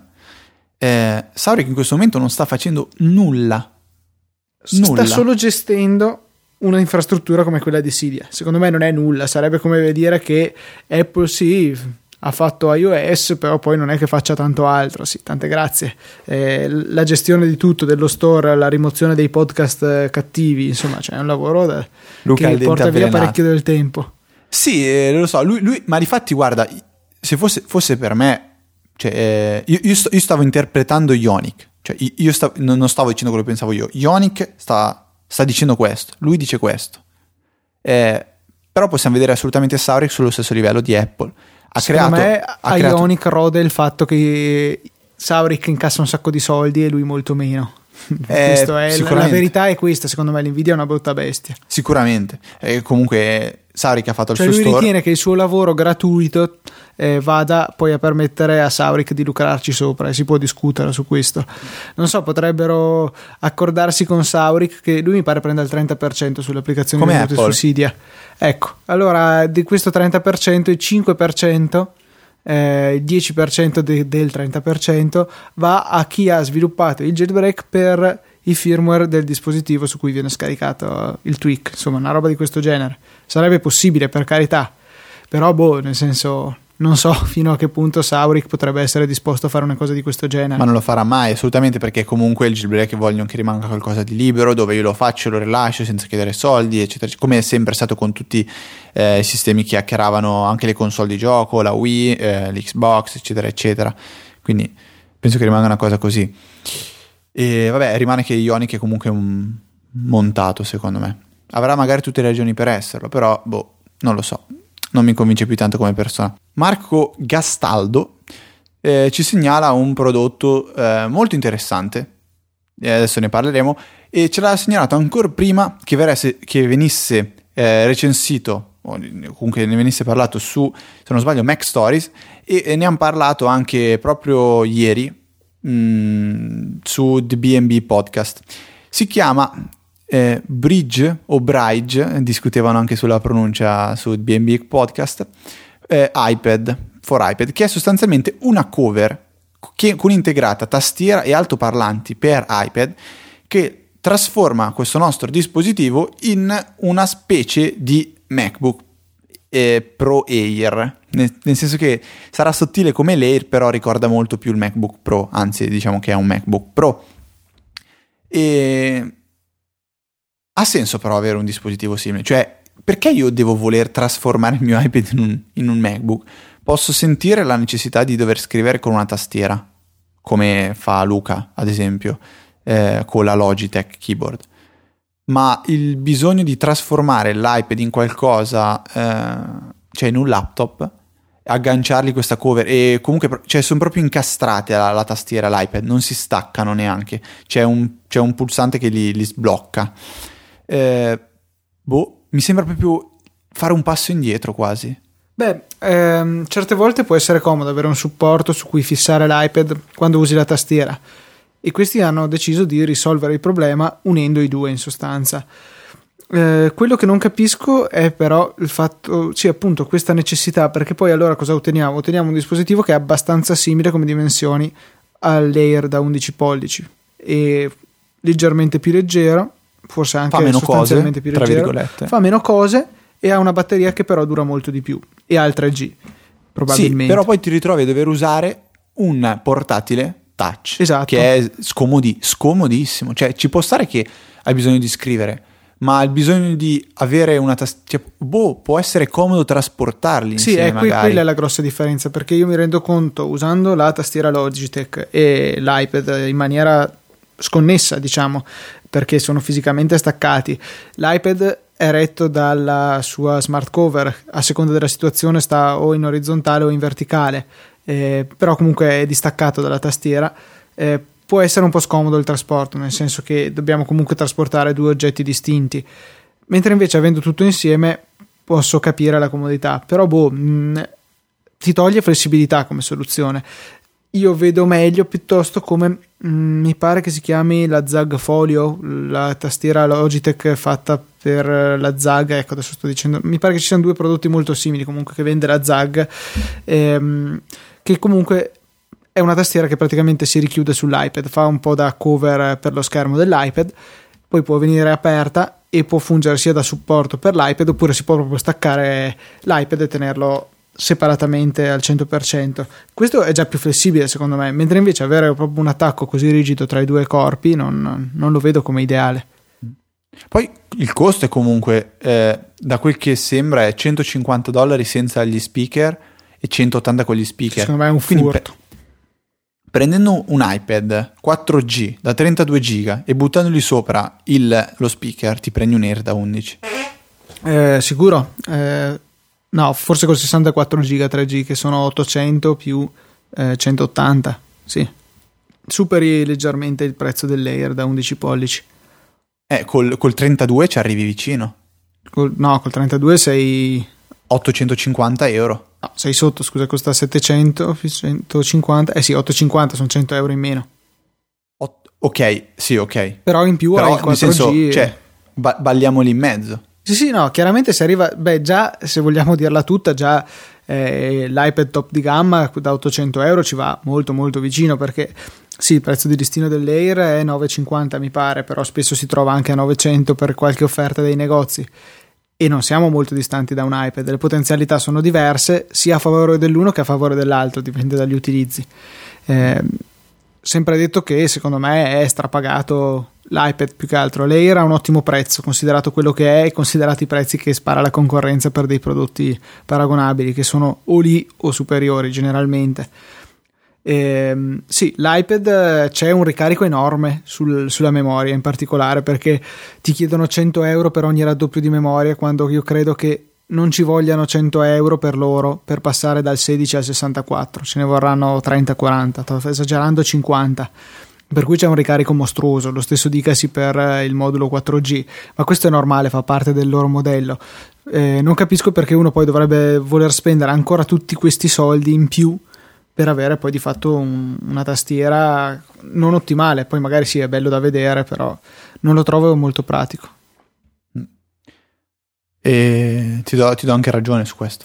eh, Saurik in questo momento non sta facendo nulla. Nulla. Sta solo gestendo una infrastruttura come quella di Cydia. Secondo me non è nulla, sarebbe come dire che Apple sì ha fatto iOS, però poi non è che faccia tanto altro. Sì, tante grazie. Eh, la gestione di tutto, dello store, la rimozione dei podcast cattivi, insomma, c'è un lavoro da, Luca che porta via parecchio del tempo. Sì, eh, lo so, lui, lui, ma difatti guarda, se fosse, fosse per me, cioè, eh, io, io, sto, io stavo interpretando Ionic, cioè io, io stavo, non stavo dicendo quello che pensavo io. Ionic sta, sta dicendo questo, lui dice questo, eh, però possiamo vedere assolutamente Saurik sullo stesso livello di Apple. Ha Secondo creato, me ha a creato... Ionic rode il fatto che Saurik incassa un sacco di soldi e lui molto meno. Eh, Questo è, la verità è questa, secondo me l'Nvidia è una brutta bestia. Sicuramente, eh, comunque Saurik ha fatto cioè il suo lui store. ritiene che il suo lavoro gratuito eh, vada poi a permettere a Saurik di lucrarci sopra, e si può discutere su questo. Non so, potrebbero accordarsi con Saurik, che lui mi pare prenda il trenta per cento sulle applicazioni come vendute su Cydia. Ecco, allora di questo trenta per cento il cinque per cento, eh, il dieci per cento de- del trenta per cento va a chi ha sviluppato il jailbreak per il firmware del dispositivo su cui viene scaricato il tweak, insomma una roba di questo genere. Sarebbe possibile, per carità, però boh, nel senso non so fino a che punto Saurik potrebbe essere disposto a fare una cosa di questo genere. Ma non lo farà mai, assolutamente, perché comunque il jailbreak vogliono che rimanga qualcosa di libero, dove io lo faccio e lo rilascio senza chiedere soldi, eccetera, come è sempre stato con tutti eh, i sistemi che hackeravano anche le console di gioco, la Wii, eh, l'Xbox, eccetera, eccetera. Quindi penso che rimanga una cosa così. E vabbè, rimane che Ionic è comunque un montato, secondo me. Avrà magari tutte le ragioni per esserlo, però boh, non lo so, non mi convince più tanto come persona. Marco Gastaldo eh, ci segnala un prodotto eh, molto interessante, e adesso ne parleremo, e ce l'ha segnalato ancora prima che, veresse, che venisse eh, recensito, o comunque ne venisse parlato su, se non sbaglio, Mac Stories, e, e ne hanno parlato anche proprio ieri mh, su The B and B Podcast. Si chiama eh, Bridge o Bridge, discutevano anche sulla pronuncia su B and B Podcast, eh, iPad for iPad, che è sostanzialmente una cover che, con integrata tastiera e altoparlanti per iPad, che trasforma questo nostro dispositivo in una specie di MacBook eh, Pro Air, nel, nel senso che sarà sottile come l'Air, però ricorda molto più il MacBook Pro, anzi diciamo che è un MacBook Pro. E ha senso però avere un dispositivo simile, cioè perché io devo voler trasformare il mio iPad in un, in un MacBook? Posso sentire la necessità di dover scrivere con una tastiera, come fa Luca ad esempio, eh, con la Logitech Keyboard, ma il bisogno di trasformare l'iPad in qualcosa, eh, cioè in un laptop, agganciargli questa cover, e comunque cioè, sono proprio incastrate la, la tastiera e l'iPad, non si staccano neanche, c'è un, c'è un pulsante che li, li sblocca. Eh, boh, mi sembra proprio fare un passo indietro quasi. Beh, ehm, certe volte può essere comodo avere un supporto su cui fissare l'iPad quando usi la tastiera, e questi hanno deciso di risolvere il problema unendo i due in sostanza. Eh, quello che non capisco è però il fatto, sì, appunto, questa necessità, perché poi allora cosa otteniamo? Otteniamo un dispositivo che è abbastanza simile come dimensioni all'Air da undici pollici e leggermente più leggero, forse anche fa meno sostanzialmente cose, più leggero, fa meno cose e ha una batteria che però dura molto di più e ha il tre G probabilmente. Sì, però poi ti ritrovi a dover usare un portatile touch, esatto, che è scomodi, scomodissimo, cioè ci può stare che hai bisogno di scrivere, ma il bisogno di avere una tastiera, boh, può essere comodo trasportarli insieme. Sì, è qui, magari. quella è la grossa differenza, perché io mi rendo conto usando la tastiera Logitech e l'iPad in maniera sconnessa, diciamo, perché sono fisicamente staccati. L'iPad è retto dalla sua smart cover, a seconda della situazione sta o in orizzontale o in verticale, eh, però comunque è distaccato dalla tastiera. eh, Può essere un po' scomodo il trasporto, nel senso che dobbiamo comunque trasportare due oggetti distinti, mentre invece avendo tutto insieme posso capire la comodità, però boh, mh, ti toglie flessibilità come soluzione. Io vedo meglio piuttosto come mh, mi pare che si chiami la Zag Folio, la tastiera Logitech fatta per la Zag, ecco adesso sto dicendo, mi pare che ci siano due prodotti molto simili comunque che vende la Zag, ehm, che comunque è una tastiera che praticamente si richiude sull'iPad, fa un po' da cover per lo schermo dell'iPad, poi può venire aperta e può fungere sia da supporto per l'iPad, oppure si può proprio staccare l'iPad e tenerlo separatamente al cento per cento. Questo è già più flessibile secondo me, mentre invece avere proprio un attacco così rigido tra i due corpi non, non lo vedo come ideale. Poi il costo è comunque, eh, da quel che sembra, è centocinquanta dollari senza gli speaker e centottanta con gli speaker. Secondo me è un Quindi furto. Pre- prendendo un iPad quattro G da trentadue giga e buttandogli sopra il, lo speaker, ti prendi un Air da undici. Eh, sicuro? Eh, no, forse col sessantaquattro giga tre G, che sono ottocento più eh, centottanta. Sì, superi leggermente il prezzo dell'Air da undici pollici. Eh, col, col trentadue ci arrivi vicino. Col, no, col trentadue sei ottocentocinquanta euro. No, sei sotto, scusa, costa settecento, centocinquanta, eh sì, ottocentocinquanta, sono cento euro in meno. Ot- ok, sì, ok. Però in più Però, hai il quattro G. nel senso, e... cioè, ba- balliamo lì in mezzo. Sì, sì, no, chiaramente se arriva, beh, già, se vogliamo dirla tutta, già eh, l'iPad top di gamma da ottocento euro ci va molto molto vicino, perché sì, il prezzo di listino dell'Air è nove e cinquanta mi pare, però spesso si trova anche a novecento per qualche offerta dei negozi. E non siamo molto distanti da un iPad, le potenzialità sono diverse sia a favore dell'uno che a favore dell'altro, dipende dagli utilizzi. Eh, sempre detto che secondo me è strapagato l'iPad più che altro. L'Air ha un ottimo prezzo, considerato quello che è e considerati i prezzi che spara la concorrenza per dei prodotti paragonabili, che sono o lì o superiori generalmente. Eh, sì, l'iPad c'è un ricarico enorme sul, sulla memoria in particolare, perché ti chiedono cento euro per ogni raddoppio di memoria, quando io credo che non ci vogliano cento euro per loro per passare dal sedici al sessantaquattro, ce ne vorranno trenta quaranta, sto esagerando, cinquanta, per cui c'è un ricarico mostruoso. Lo stesso dicasi per il modulo quattro G, ma questo è normale, fa parte del loro modello. Eh, non capisco perché uno poi dovrebbe voler spendere ancora tutti questi soldi in più per avere poi di fatto un, una tastiera non ottimale. Poi magari sì, è bello da vedere, però non lo trovo molto pratico. E ti do, ti do anche ragione su questo.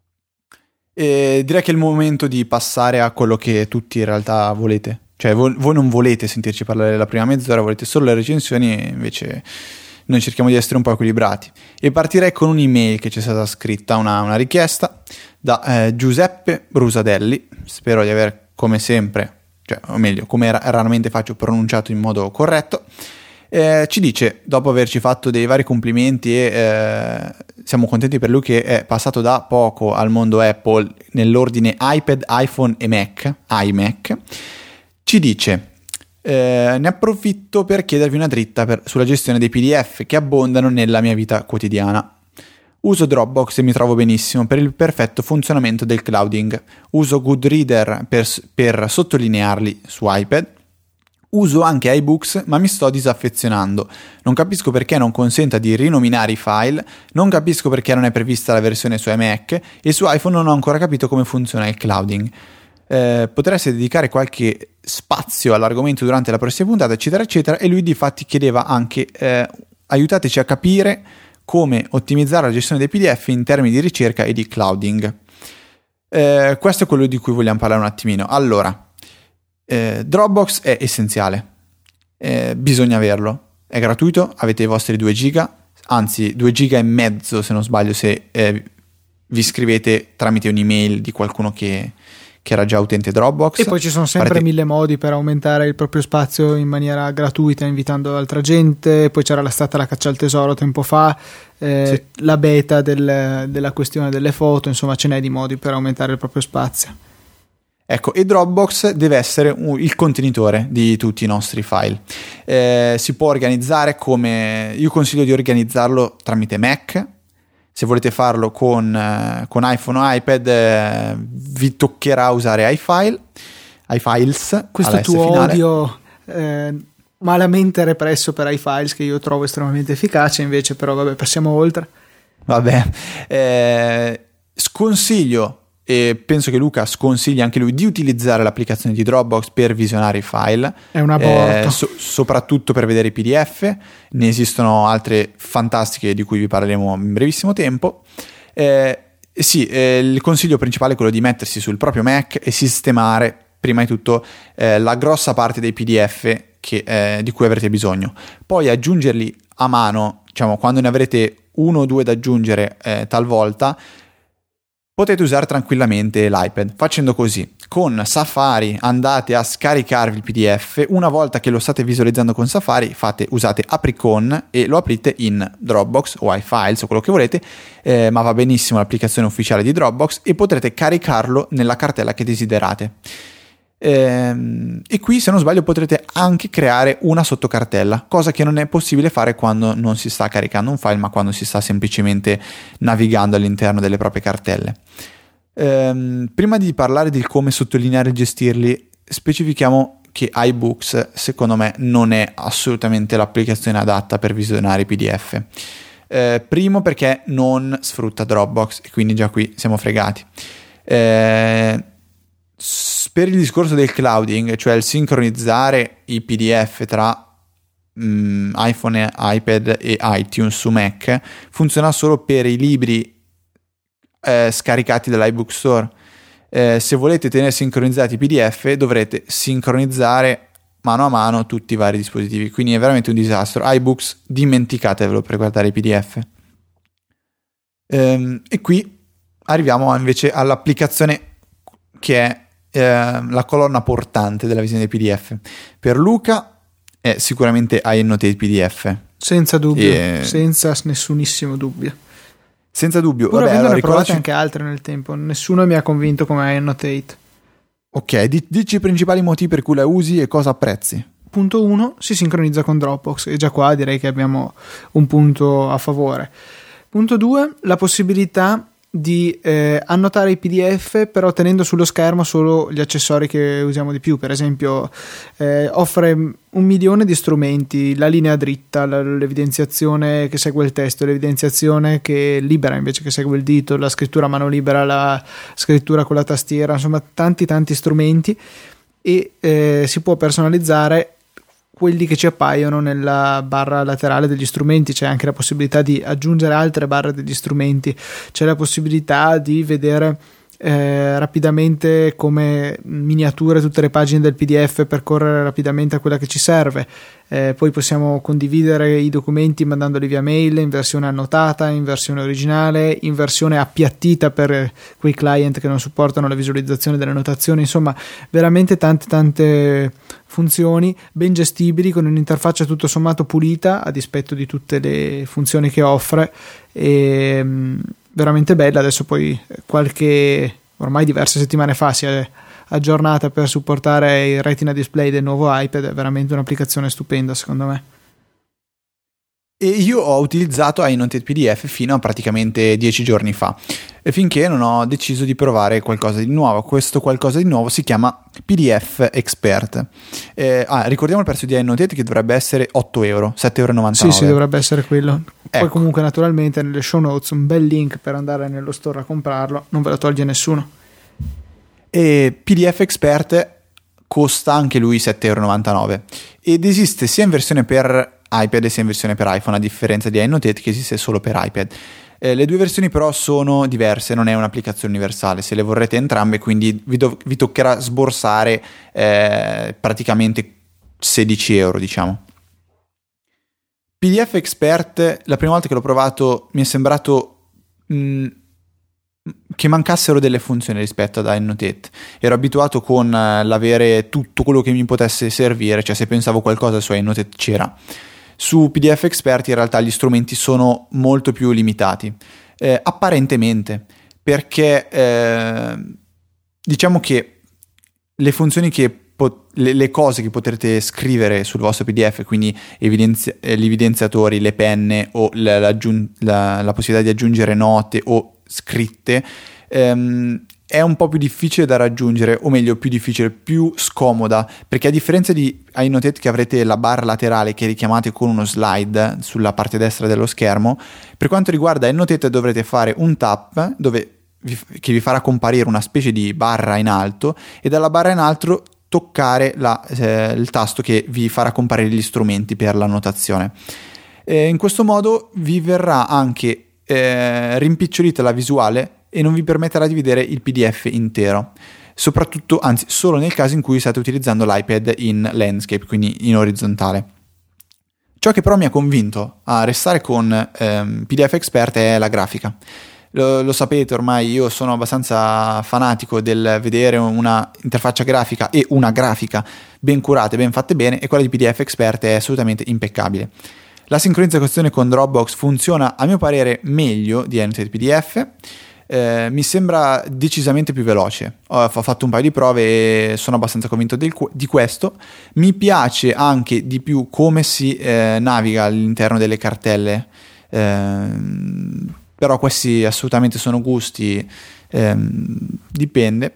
E direi che è il momento di passare a quello che tutti in realtà volete. Cioè voi, voi non volete sentirci parlare la prima mezz'ora, volete solo le recensioni, e invece noi cerchiamo di essere un po' equilibrati. E partirei con un'email che ci è stata scritta, una, una richiesta da eh, Giuseppe Brusadelli. Spero di aver, come sempre, cioè, o meglio, come ra- raramente faccio, pronunciato in modo corretto. Eh, ci dice, dopo averci fatto dei vari complimenti e eh, siamo contenti per lui che è passato da poco al mondo Apple nell'ordine iPad, iPhone e Mac, iMac, ci dice: eh, ne approfitto per chiedervi una dritta per, sulla gestione dei P D F che abbondano nella mia vita quotidiana. Uso Dropbox e mi trovo benissimo per il perfetto funzionamento del clouding. Uso Goodreader per, per sottolinearli su iPad. Uso anche iBooks, ma mi sto disaffezionando. Non capisco perché non consenta di rinominare i file, non capisco perché non è prevista la versione su iMac e su iPhone non ho ancora capito come funziona il clouding. Eh, potreste dedicare qualche spazio all'argomento durante la prossima puntata, eccetera, eccetera. E lui difatti chiedeva anche eh, aiutateci a capire come ottimizzare la gestione dei P D F in termini di ricerca e di clouding. Eh, questo è quello di cui vogliamo parlare un attimino. Allora, eh, Dropbox è essenziale, eh, bisogna averlo, è gratuito, avete i vostri due giga, anzi due giga e mezzo se non sbaglio se eh, vi iscrivete tramite un'email di qualcuno che che era già utente Dropbox. E poi ci sono sempre Farete... mille modi per aumentare il proprio spazio in maniera gratuita, invitando altra gente. Poi c'era stata la caccia al tesoro tempo fa, eh, sì. la beta del, della questione delle foto, insomma ce n'è di modi per aumentare il proprio spazio. Ecco, e Dropbox deve essere un, il contenitore di tutti i nostri file. Eh, si può organizzare come... Io consiglio di organizzarlo tramite Mac. Se volete farlo con, eh, con iPhone o iPad eh, vi toccherà usare iFile, iFiles. Questo tuo odio eh, malamente represso per iFiles che io trovo estremamente efficace, invece però vabbè, passiamo oltre. Vabbè, eh, sconsiglio, e penso che Luca sconsigli anche lui, di utilizzare l'applicazione di Dropbox per visionare i file. È una porta. Eh, so, soprattutto per vedere i P D F. Ne esistono altre fantastiche di cui vi parleremo in brevissimo tempo. Eh, sì, eh, il consiglio principale è quello di mettersi sul proprio Mac e sistemare prima di tutto eh, la grossa parte dei P D F che, eh, di cui avrete bisogno. Poi aggiungerli a mano, diciamo quando ne avrete uno o due da aggiungere eh, talvolta, potete usare tranquillamente l'iPad. Facendo così, con Safari andate a scaricarvi il P D F. Una volta che lo state visualizzando con Safari, fate, usate Apricon e lo aprite in Dropbox o iFiles o quello che volete, eh, ma va benissimo l'applicazione ufficiale di Dropbox e potrete caricarlo nella cartella che desiderate. Ehm, e qui, se non sbaglio, potrete anche creare una sottocartella, cosa che non è possibile fare quando non si sta caricando un file, ma quando si sta semplicemente navigando all'interno delle proprie cartelle. Ehm, prima di parlare di come sottolineare e gestirli, specifichiamo che iBooks secondo me non è assolutamente l'applicazione adatta per visionare i P D F. Eh, primo perché non sfrutta Dropbox e quindi già qui siamo fregati. Eh, per il discorso del clouding, cioè il sincronizzare i P D F tra mm, iPhone, iPad e iTunes su Mac, funziona solo per i libri eh, scaricati dall'iBook Store. Eh, se volete tenere sincronizzati i P D F dovrete sincronizzare mano a mano tutti i vari dispositivi, quindi è veramente un disastro. iBooks, dimenticatevelo per guardare i P D F. Ehm, e qui arriviamo invece all'applicazione che è eh, la colonna portante della visione dei P D F. Per Luca è sicuramente iAnnotate P D F. Senza dubbio, e... senza nessunissimo dubbio. Senza dubbio. Pur Vabbè, avendone allora, provate anche altre nel tempo, nessuno mi ha convinto come iAnnotate. Ok, dici i principali motivi per cui la usi e cosa apprezzi. Punto uno, si sincronizza con Dropbox e già qua direi che abbiamo un punto a favore. Punto due, la possibilità di eh, annotare i P D F però tenendo sullo schermo solo gli accessori che usiamo di più. Per esempio eh, offre un milione di strumenti, la linea dritta, l'evidenziazione che segue il testo, l'evidenziazione che libera invece che segue il dito, la scrittura a mano libera, la scrittura con la tastiera, insomma tanti tanti strumenti, e eh, si può personalizzare quelli che ci appaiono nella barra laterale degli strumenti. C'è anche la possibilità di aggiungere altre barre degli strumenti, c'è la possibilità di vedere eh, rapidamente come miniature tutte le pagine del P D F per correre rapidamente a quella che ci serve. Eh, poi possiamo condividere i documenti mandandoli via mail in versione annotata, in versione originale, in versione appiattita per quei client che non supportano la visualizzazione delle notazioni. Insomma, veramente tante tante funzioni ben gestibili, con un'interfaccia tutto sommato pulita a dispetto di tutte le funzioni che offre, e mh, veramente bella. Adesso poi qualche ormai diverse settimane fa si è aggiornata per supportare il Retina Display del nuovo iPad. È veramente un'applicazione stupenda secondo me. E io ho utilizzato iNotate P D F fino a praticamente dieci giorni fa, e finché non ho deciso di provare qualcosa di nuovo. Questo qualcosa di nuovo si chiama P D F Expert. Eh, ah, ricordiamo il prezzo di iNotate, che dovrebbe essere otto euro, sette euro e novantanove. Sì, sì, dovrebbe essere quello. Poi ecco. Comunque naturalmente nelle show notes un bel link per andare nello store a comprarlo, non ve lo toglie nessuno. E P D F Expert costa anche lui sette euro e novantanove ed esiste sia in versione per iPad sia in versione per iPhone, a differenza di iNotate che esiste solo per iPad. Eh, le due versioni però sono diverse, non è un'applicazione universale, se le vorrete entrambe, quindi vi, do- vi toccherà sborsare eh, praticamente sedici euro, diciamo. P D F Expert, la prima volta che l'ho provato mi è sembrato mh, che mancassero delle funzioni rispetto ad iNotate. Ero abituato con l'avere tutto quello che mi potesse servire, cioè se pensavo qualcosa su iNotate c'era. Su P D F Expert in realtà gli strumenti sono molto più limitati, eh, apparentemente, perché eh, diciamo che le funzioni che pot- le, le cose che potrete scrivere sul vostro P D F, quindi evidenzi- gli evidenziatori, le penne o la, la, la, la possibilità di aggiungere note o scritte, ehm, è un po' più difficile da raggiungere, o meglio più difficile, più scomoda, perché a differenza di iNotate, che avrete la barra laterale che richiamate con uno slide sulla parte destra dello schermo, per quanto riguarda iNotate dovrete fare un tap dove vi, che vi farà comparire una specie di barra in alto, e dalla barra in alto toccare la, eh, il tasto che vi farà comparire gli strumenti per la notazione. E in questo modo vi verrà anche eh, rimpicciolita la visuale e non vi permetterà di vedere il P D F intero, soprattutto, anzi solo nel caso in cui state utilizzando l'iPad in landscape, quindi in orizzontale. Ciò che però mi ha convinto a restare con ehm, P D F Expert è la grafica. Lo, lo sapete ormai, io sono abbastanza fanatico del vedere una interfaccia grafica e una grafica ben curate, ben fatte bene, e quella di P D F Expert è assolutamente impeccabile. La sincronizzazione con Dropbox funziona a mio parere meglio di iNotate P D F. Eh, mi sembra decisamente più veloce. Ho, ho fatto un paio di prove e sono abbastanza convinto del, di questo. Mi piace anche di più come si eh, naviga all'interno delle cartelle, eh, però questi assolutamente sono gusti, eh, dipende.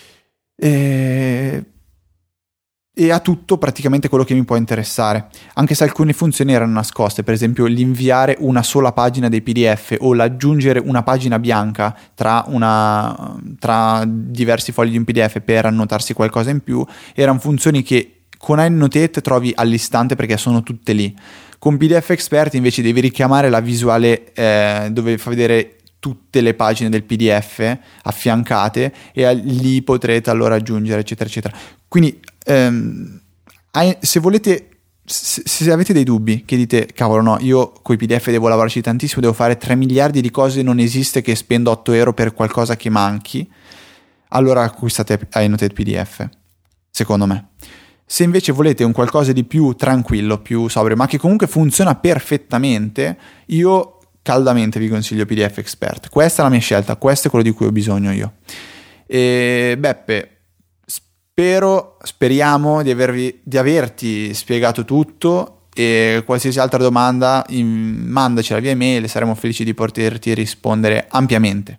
Eh, e ha tutto praticamente quello che mi può interessare, anche se alcune funzioni erano nascoste, per esempio l'inviare una sola pagina dei P D F o l'aggiungere una pagina bianca tra, una, tra diversi fogli di un P D F per annotarsi qualcosa in più. Erano funzioni che con iNotate trovi all'istante perché sono tutte lì. Con P D F Expert invece devi richiamare la visuale eh, dove fa vedere tutte le pagine del P D F affiancate, e lì potrete allora aggiungere eccetera eccetera. Quindi ehm, se volete, se, se avete dei dubbi, che dite cavolo no, io coi P D F devo lavorarci tantissimo, devo fare tre miliardi di cose, non esiste che spendo otto euro per qualcosa che manchi, allora acquistate iNotate P D F, secondo me. Se invece volete un qualcosa di più tranquillo, più sobrio, ma che comunque funziona perfettamente, io caldamente vi consiglio P D F Expert. Questa è la mia scelta, questo è quello di cui ho bisogno io. E Beppe, spero, speriamo di avervi, di averti spiegato tutto, e qualsiasi altra domanda in, mandacela via email, saremo felici di poterti rispondere ampiamente.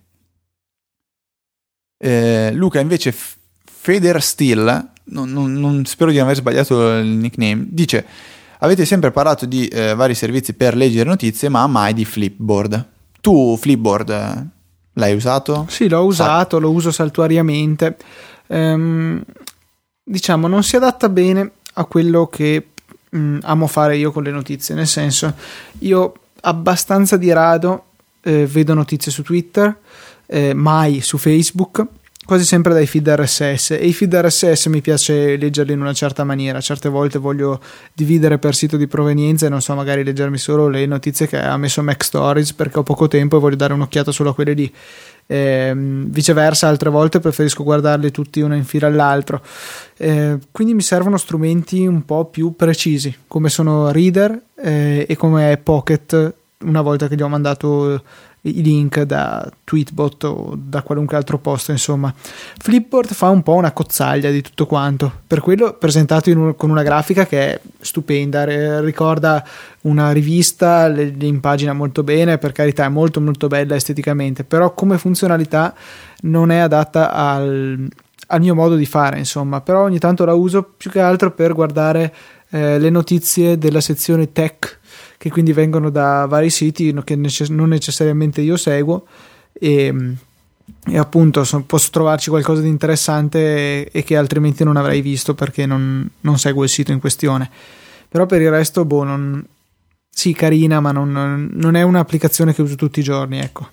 Eh, Luca invece, F- Feder Steel, non, non, non spero di non aver sbagliato il nickname, dice: avete sempre parlato di eh, vari servizi per leggere notizie, ma mai di Flipboard. Tu Flipboard eh, l'hai usato? Sì, l'ho usato, lo uso saltuariamente. Ehm, diciamo, non si adatta bene a quello che mh, amo fare io con le notizie. Nel senso, io abbastanza di rado eh, vedo notizie su Twitter, eh, mai su Facebook, quasi sempre dai feed R S S, e i feed R S S mi piace leggerli in una certa maniera. Certe volte voglio dividere per sito di provenienza e non so, magari leggermi solo le notizie che ha messo Mac Stories perché ho poco tempo e voglio dare un'occhiata solo a quelle lì. Eh, viceversa, altre volte preferisco guardarli tutti uno in fila all'altro. Eh, quindi mi servono strumenti un po' più precisi, come sono Reader eh, e come è Pocket, una volta che gli ho mandato i link da Tweetbot o da qualunque altro posto. Insomma, Flipboard fa un po' una cozzaglia di tutto quanto, per quello presentato in un, con una grafica che è stupenda, ricorda una rivista, le, le impagina molto bene, per carità è molto molto bella esteticamente, però come funzionalità non è adatta al, al mio modo di fare, insomma. Però ogni tanto la uso più che altro per guardare eh, le notizie della sezione tech, che quindi vengono da vari siti che necess- non necessariamente io seguo, e, e appunto so, posso trovarci qualcosa di interessante e, e che altrimenti non avrei visto perché non, non seguo il sito in questione. Però per il resto boh, non, sì, carina, ma non, non è un'applicazione che uso tutti i giorni, ecco.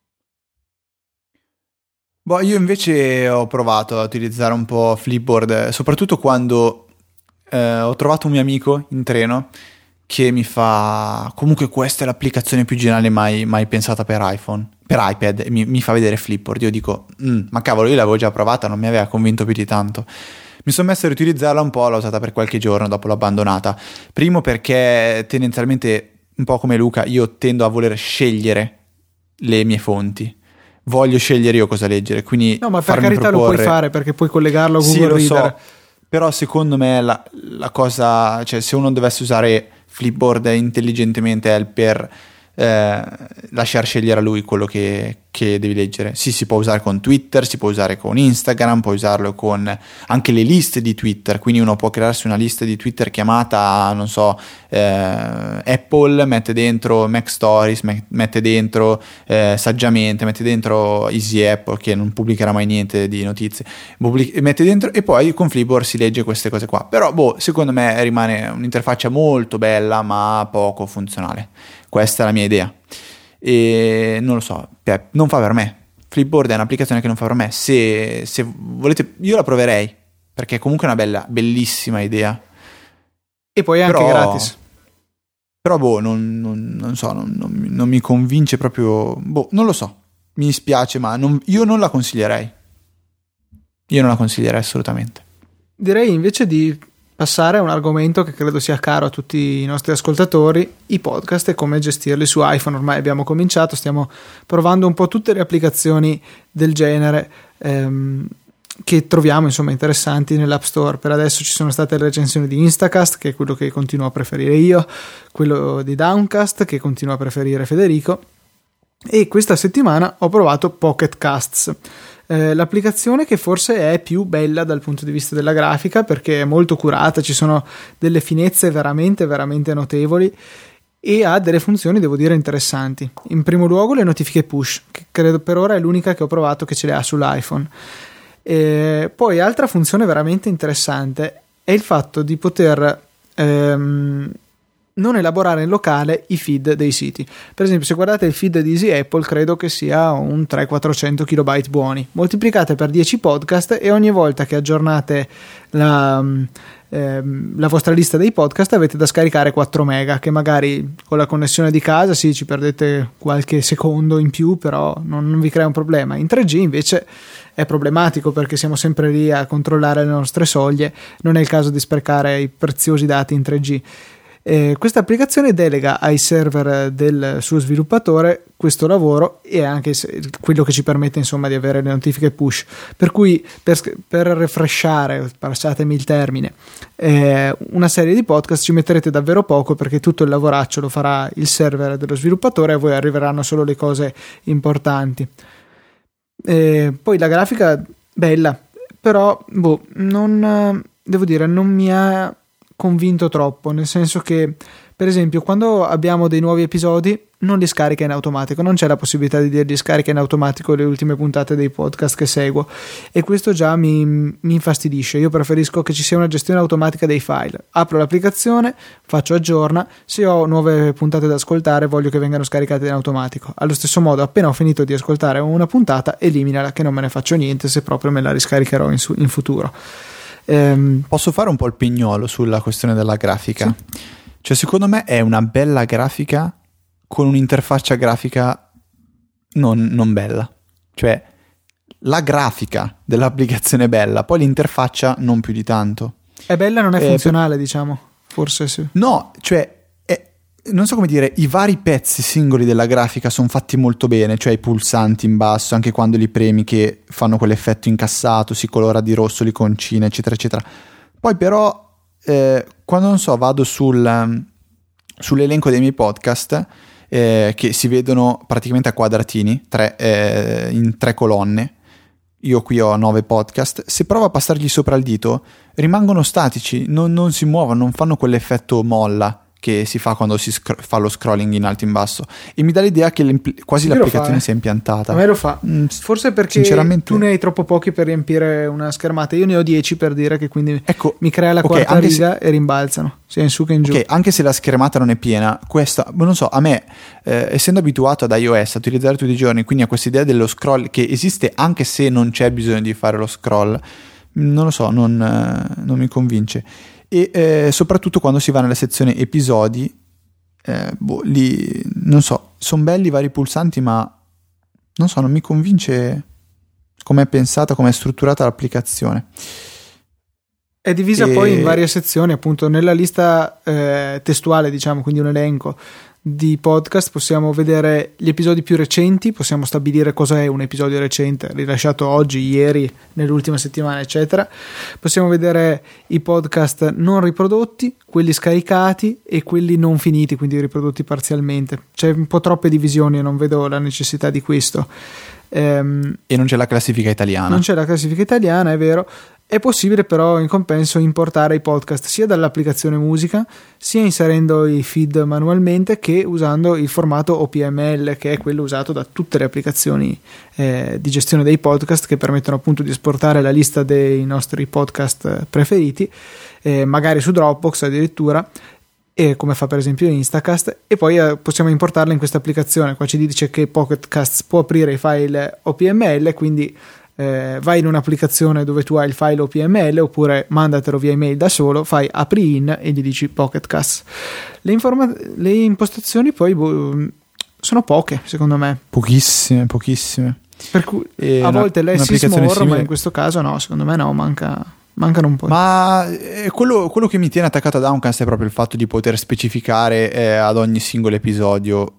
Boh, io invece ho provato a utilizzare un po' Flipboard, soprattutto quando eh, ho trovato un mio amico in treno che mi fa, comunque questa è l'applicazione più geniale mai, mai pensata per iPhone, per iPad, e mi, mi fa vedere Flipboard. Io dico, mm, ma cavolo, io l'avevo già provata, non mi aveva convinto più di tanto. Mi sono messo a riutilizzarla un po', l'ho usata per qualche giorno, dopo l'ho abbandonata. Primo perché tendenzialmente, un po' come Luca, io tendo a voler scegliere le mie fonti. Voglio scegliere io cosa leggere, quindi no, ma per farmi carità proporre... lo puoi fare perché puoi collegarlo a Google sì, lo Reader. So, però secondo me la, la cosa, cioè se uno dovesse usare Flipboard intelligentemente è per eh, lasciar scegliere a lui quello che, che devi leggere. Sì, si può usare con Twitter, si può usare con Instagram, puoi usarlo con anche le liste di Twitter, quindi uno può crearsi una lista di Twitter chiamata, non so, eh, Apple, mette dentro Mac Stories, mette dentro eh, saggiamente, mette dentro Easy Apple che non pubblicherà mai niente di notizie, mette dentro, e poi con Flipboard si legge queste cose qua. Però boh, secondo me rimane un'interfaccia molto bella ma poco funzionale. Questa è la mia idea e non lo so, non fa per me. Flipboard è un'applicazione che non fa per me. Se, se volete, io la proverei perché comunque è una bella, bellissima idea, e poi è anche però, gratis. Però boh, non, non, non so, non, non, non mi convince proprio. Boh, non lo so, mi dispiace, ma non, io non la consiglierei. Io non la consiglierei assolutamente. Direi invece di passare a un argomento che credo sia caro a tutti i nostri ascoltatori, i podcast e come gestirli su iPhone. Ormai abbiamo cominciato, stiamo provando un po' tutte le applicazioni del genere ehm, che troviamo insomma interessanti nell'App Store. Per adesso ci sono state le recensioni di Instacast, che è quello che continuo a preferire io, quello di Downcast che continuo a preferire Federico, e questa settimana ho provato Pocket Casts. Eh, l'applicazione che forse è più bella dal punto di vista della grafica perché è molto curata, ci sono delle finezze veramente veramente notevoli e ha delle funzioni, devo dire, interessanti. In primo luogo le notifiche push, che credo per ora è l'unica che ho provato che ce le ha sull'iPhone. E poi altra funzione veramente interessante è il fatto di poter ehm, non elaborare in locale i feed dei siti. Per esempio, se guardate il feed di Easy Apple, credo che sia un trecento quattrocento kilobyte buoni. Moltiplicate per dieci podcast e ogni volta che aggiornate la, ehm, la vostra lista dei podcast avete da scaricare quattro mega, che magari con la connessione di casa sì, ci perdete qualche secondo in più, però non, non vi crea un problema. In tre G invece è problematico perché siamo sempre lì a controllare le nostre soglie, non è il caso di sprecare i preziosi dati in tre G. Eh, questa applicazione delega ai server del suo sviluppatore questo lavoro e anche quello che ci permette insomma di avere le notifiche push, per cui per, per refreshare, passatemi il termine, eh, una serie di podcast ci metterete davvero poco perché tutto il lavoraccio lo farà il server dello sviluppatore e a voi arriveranno solo le cose importanti. Eh, poi la grafica bella, però boh, non devo dire non mi ha convinto troppo, nel senso che per esempio quando abbiamo dei nuovi episodi non li scarica in automatico, non c'è la possibilità di dirgli scarica in automatico le ultime puntate dei podcast che seguo e questo già mi, mi infastidisce. Io preferisco che ci sia una gestione automatica dei file, apro l'applicazione, faccio aggiorna, se ho nuove puntate da ascoltare voglio che vengano scaricate in automatico. Allo stesso modo, appena ho finito di ascoltare una puntata, eliminala, che non me ne faccio niente se proprio me la riscaricherò in, su- in futuro. Posso fare un po' il pignolo sulla questione della grafica? Sì. Cioè, secondo me è una bella grafica con un'interfaccia grafica non, non bella. Cioè, la grafica dell'applicazione è bella, poi l'interfaccia non più di tanto. È bella, non è eh, funzionale, per... diciamo. Forse sì. No, cioè, è, non so come dire, i vari pezzi singoli della grafica sono fatti molto bene, cioè i pulsanti in basso, anche quando li premi che fanno quell'effetto incassato, si colora di rosso l'iconcina, eccetera, eccetera. Poi però, eh, quando non so, vado sul, sull'elenco dei miei podcast, eh, che si vedono praticamente a quadratini, tre, eh, in tre colonne, io qui ho nove podcast, se provo a passargli sopra il dito, rimangono statici, non, non si muovono, non fanno quell'effetto molla che si fa quando si scro- fa lo scrolling in alto e in basso, e mi dà l'idea che quasi l'applicazione fa, eh. sia impiantata. A me lo fa, mm, forse perché sinceramente tu ne hai troppo pochi per riempire una schermata, io ne ho dieci per dire, che quindi ecco, mi crea la okay, quarta riga se... e rimbalzano sia in su che in giù. Ok, anche se la schermata non è piena, questa, non so, a me eh, essendo abituato ad iOS a utilizzare tutti i giorni, quindi a questa idea dello scroll che esiste anche se non c'è bisogno di fare lo scroll, non lo so, non, eh, non mi convince. E eh, soprattutto quando si va nella sezione episodi, eh, boh, lì non so, sono belli i vari pulsanti, ma non so, non mi convince come è pensata, come è strutturata l'applicazione. È divisa e... poi in varie sezioni, appunto nella lista eh, testuale, diciamo, quindi un elenco di podcast possiamo vedere gli episodi più recenti, possiamo stabilire cosa è un episodio recente rilasciato oggi, ieri, nell'ultima settimana, eccetera. Possiamo vedere i podcast non riprodotti, quelli scaricati e quelli non finiti, quindi riprodotti parzialmente. C'è un po' troppe divisioni e non vedo la necessità di questo. Ehm, e non c'è la classifica italiana. Non c'è la classifica italiana, è vero. È possibile però in compenso importare i podcast sia dall'applicazione musica, sia inserendo i feed manualmente, che usando il formato O P M L, che è quello usato da tutte le applicazioni eh, di gestione dei podcast, che permettono appunto di esportare la lista dei nostri podcast preferiti, eh, magari su Dropbox addirittura, e come fa per esempio Instacast, e poi eh, possiamo importarla in questa applicazione. Qua ci dice che Pocket Casts può aprire i file O P M L, quindi Eh, vai in un'applicazione dove tu hai il file O P M L, oppure mandatelo via email da solo, fai apri in e gli dici Pocket Cast. Le, informa- le impostazioni poi boh, sono poche, secondo me, pochissime pochissime per cui e a una, volte less is more, simile... ma in questo caso no, secondo me no, manca mancano un po'. Ma eh, quello, quello che mi tiene attaccato a Downcast è proprio il fatto di poter specificare eh, ad ogni singolo episodio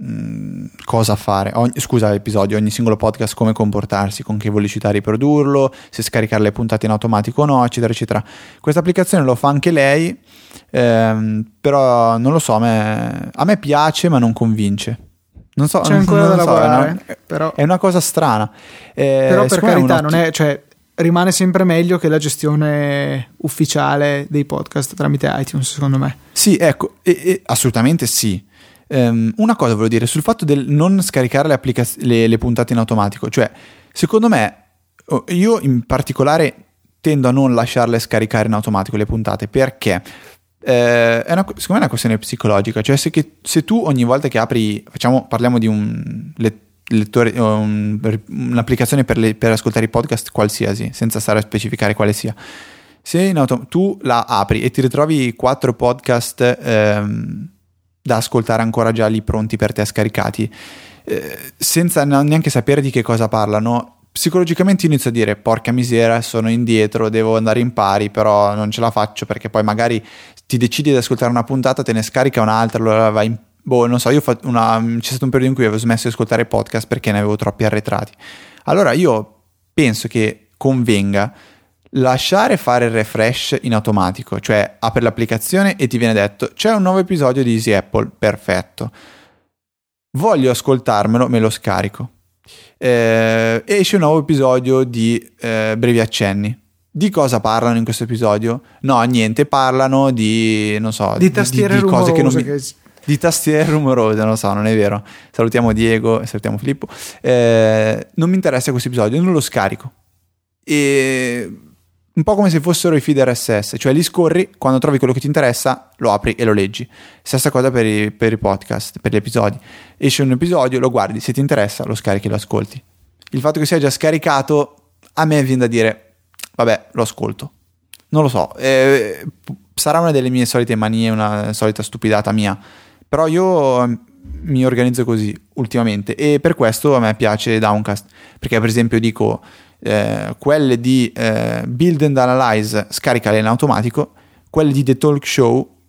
cosa fare, ogni, scusa episodio, ogni singolo podcast come comportarsi, con che velocità riprodurlo, se scaricare le puntate in automatico o no, eccetera eccetera. Questa applicazione lo fa anche lei, ehm, però non lo so, a me, a me piace ma non convince. Non so, c'è ancora non da so, lavorare, è una, però... è una cosa strana. Eh, però per carità non è, otti... cioè rimane sempre meglio che la gestione ufficiale dei podcast tramite iTunes, secondo me. Sì, ecco, e, e, assolutamente sì. Um, una cosa volevo dire sul fatto del non scaricare le, applicaz- le, le puntate in automatico, cioè secondo me, io in particolare tendo a non lasciarle scaricare in automatico le puntate, perché eh, è una, secondo me è una questione psicologica, cioè se, che, se tu ogni volta che apri, facciamo, parliamo di un lettore, un, un'applicazione per, le, per ascoltare i podcast qualsiasi, senza stare a specificare quale sia, se in auto- tu la apri e ti ritrovi quattro podcast ehm, da ascoltare ancora già lì pronti per te scaricati, eh, senza neanche sapere di che cosa parlano, psicologicamente inizio a dire porca misera, sono indietro, devo andare in pari, però non ce la faccio, perché poi magari ti decidi di ascoltare una puntata, te ne scarica un'altra, allora vai in, boh, non so, io fa una, c'è stato un periodo in cui avevo smesso di ascoltare podcast perché ne avevo troppi arretrati. Allora io penso che convenga lasciare fare il refresh in automatico, cioè apri l'applicazione e ti viene detto c'è un nuovo episodio di Easy Apple, perfetto, voglio ascoltarmelo, me lo scarico, eh, esce un nuovo episodio di eh, Brevi Accenni. Di cosa parlano in questo episodio? No, niente, parlano di non so, di tastiere di, di cose che non mi... che... di tastiere rumorose, non lo so, non è vero, salutiamo Diego e salutiamo Filippo, eh, non mi interessa questo episodio, non lo scarico, e un po' come se fossero i feed R S S, cioè li scorri, quando trovi quello che ti interessa lo apri e lo leggi. Stessa cosa per i, per i podcast, per gli episodi. Esce un episodio, lo guardi, se ti interessa lo scarichi e lo ascolti. Il fatto che sia già scaricato a me viene da dire vabbè, lo ascolto. Non lo so, eh, sarà una delle mie solite manie, una solita stupidata mia, però io mi organizzo così ultimamente e per questo a me piace Downcast, perché per esempio dico Eh, quelle di eh, Build and Analyze scaricale in automatico, quelle di The Talk Show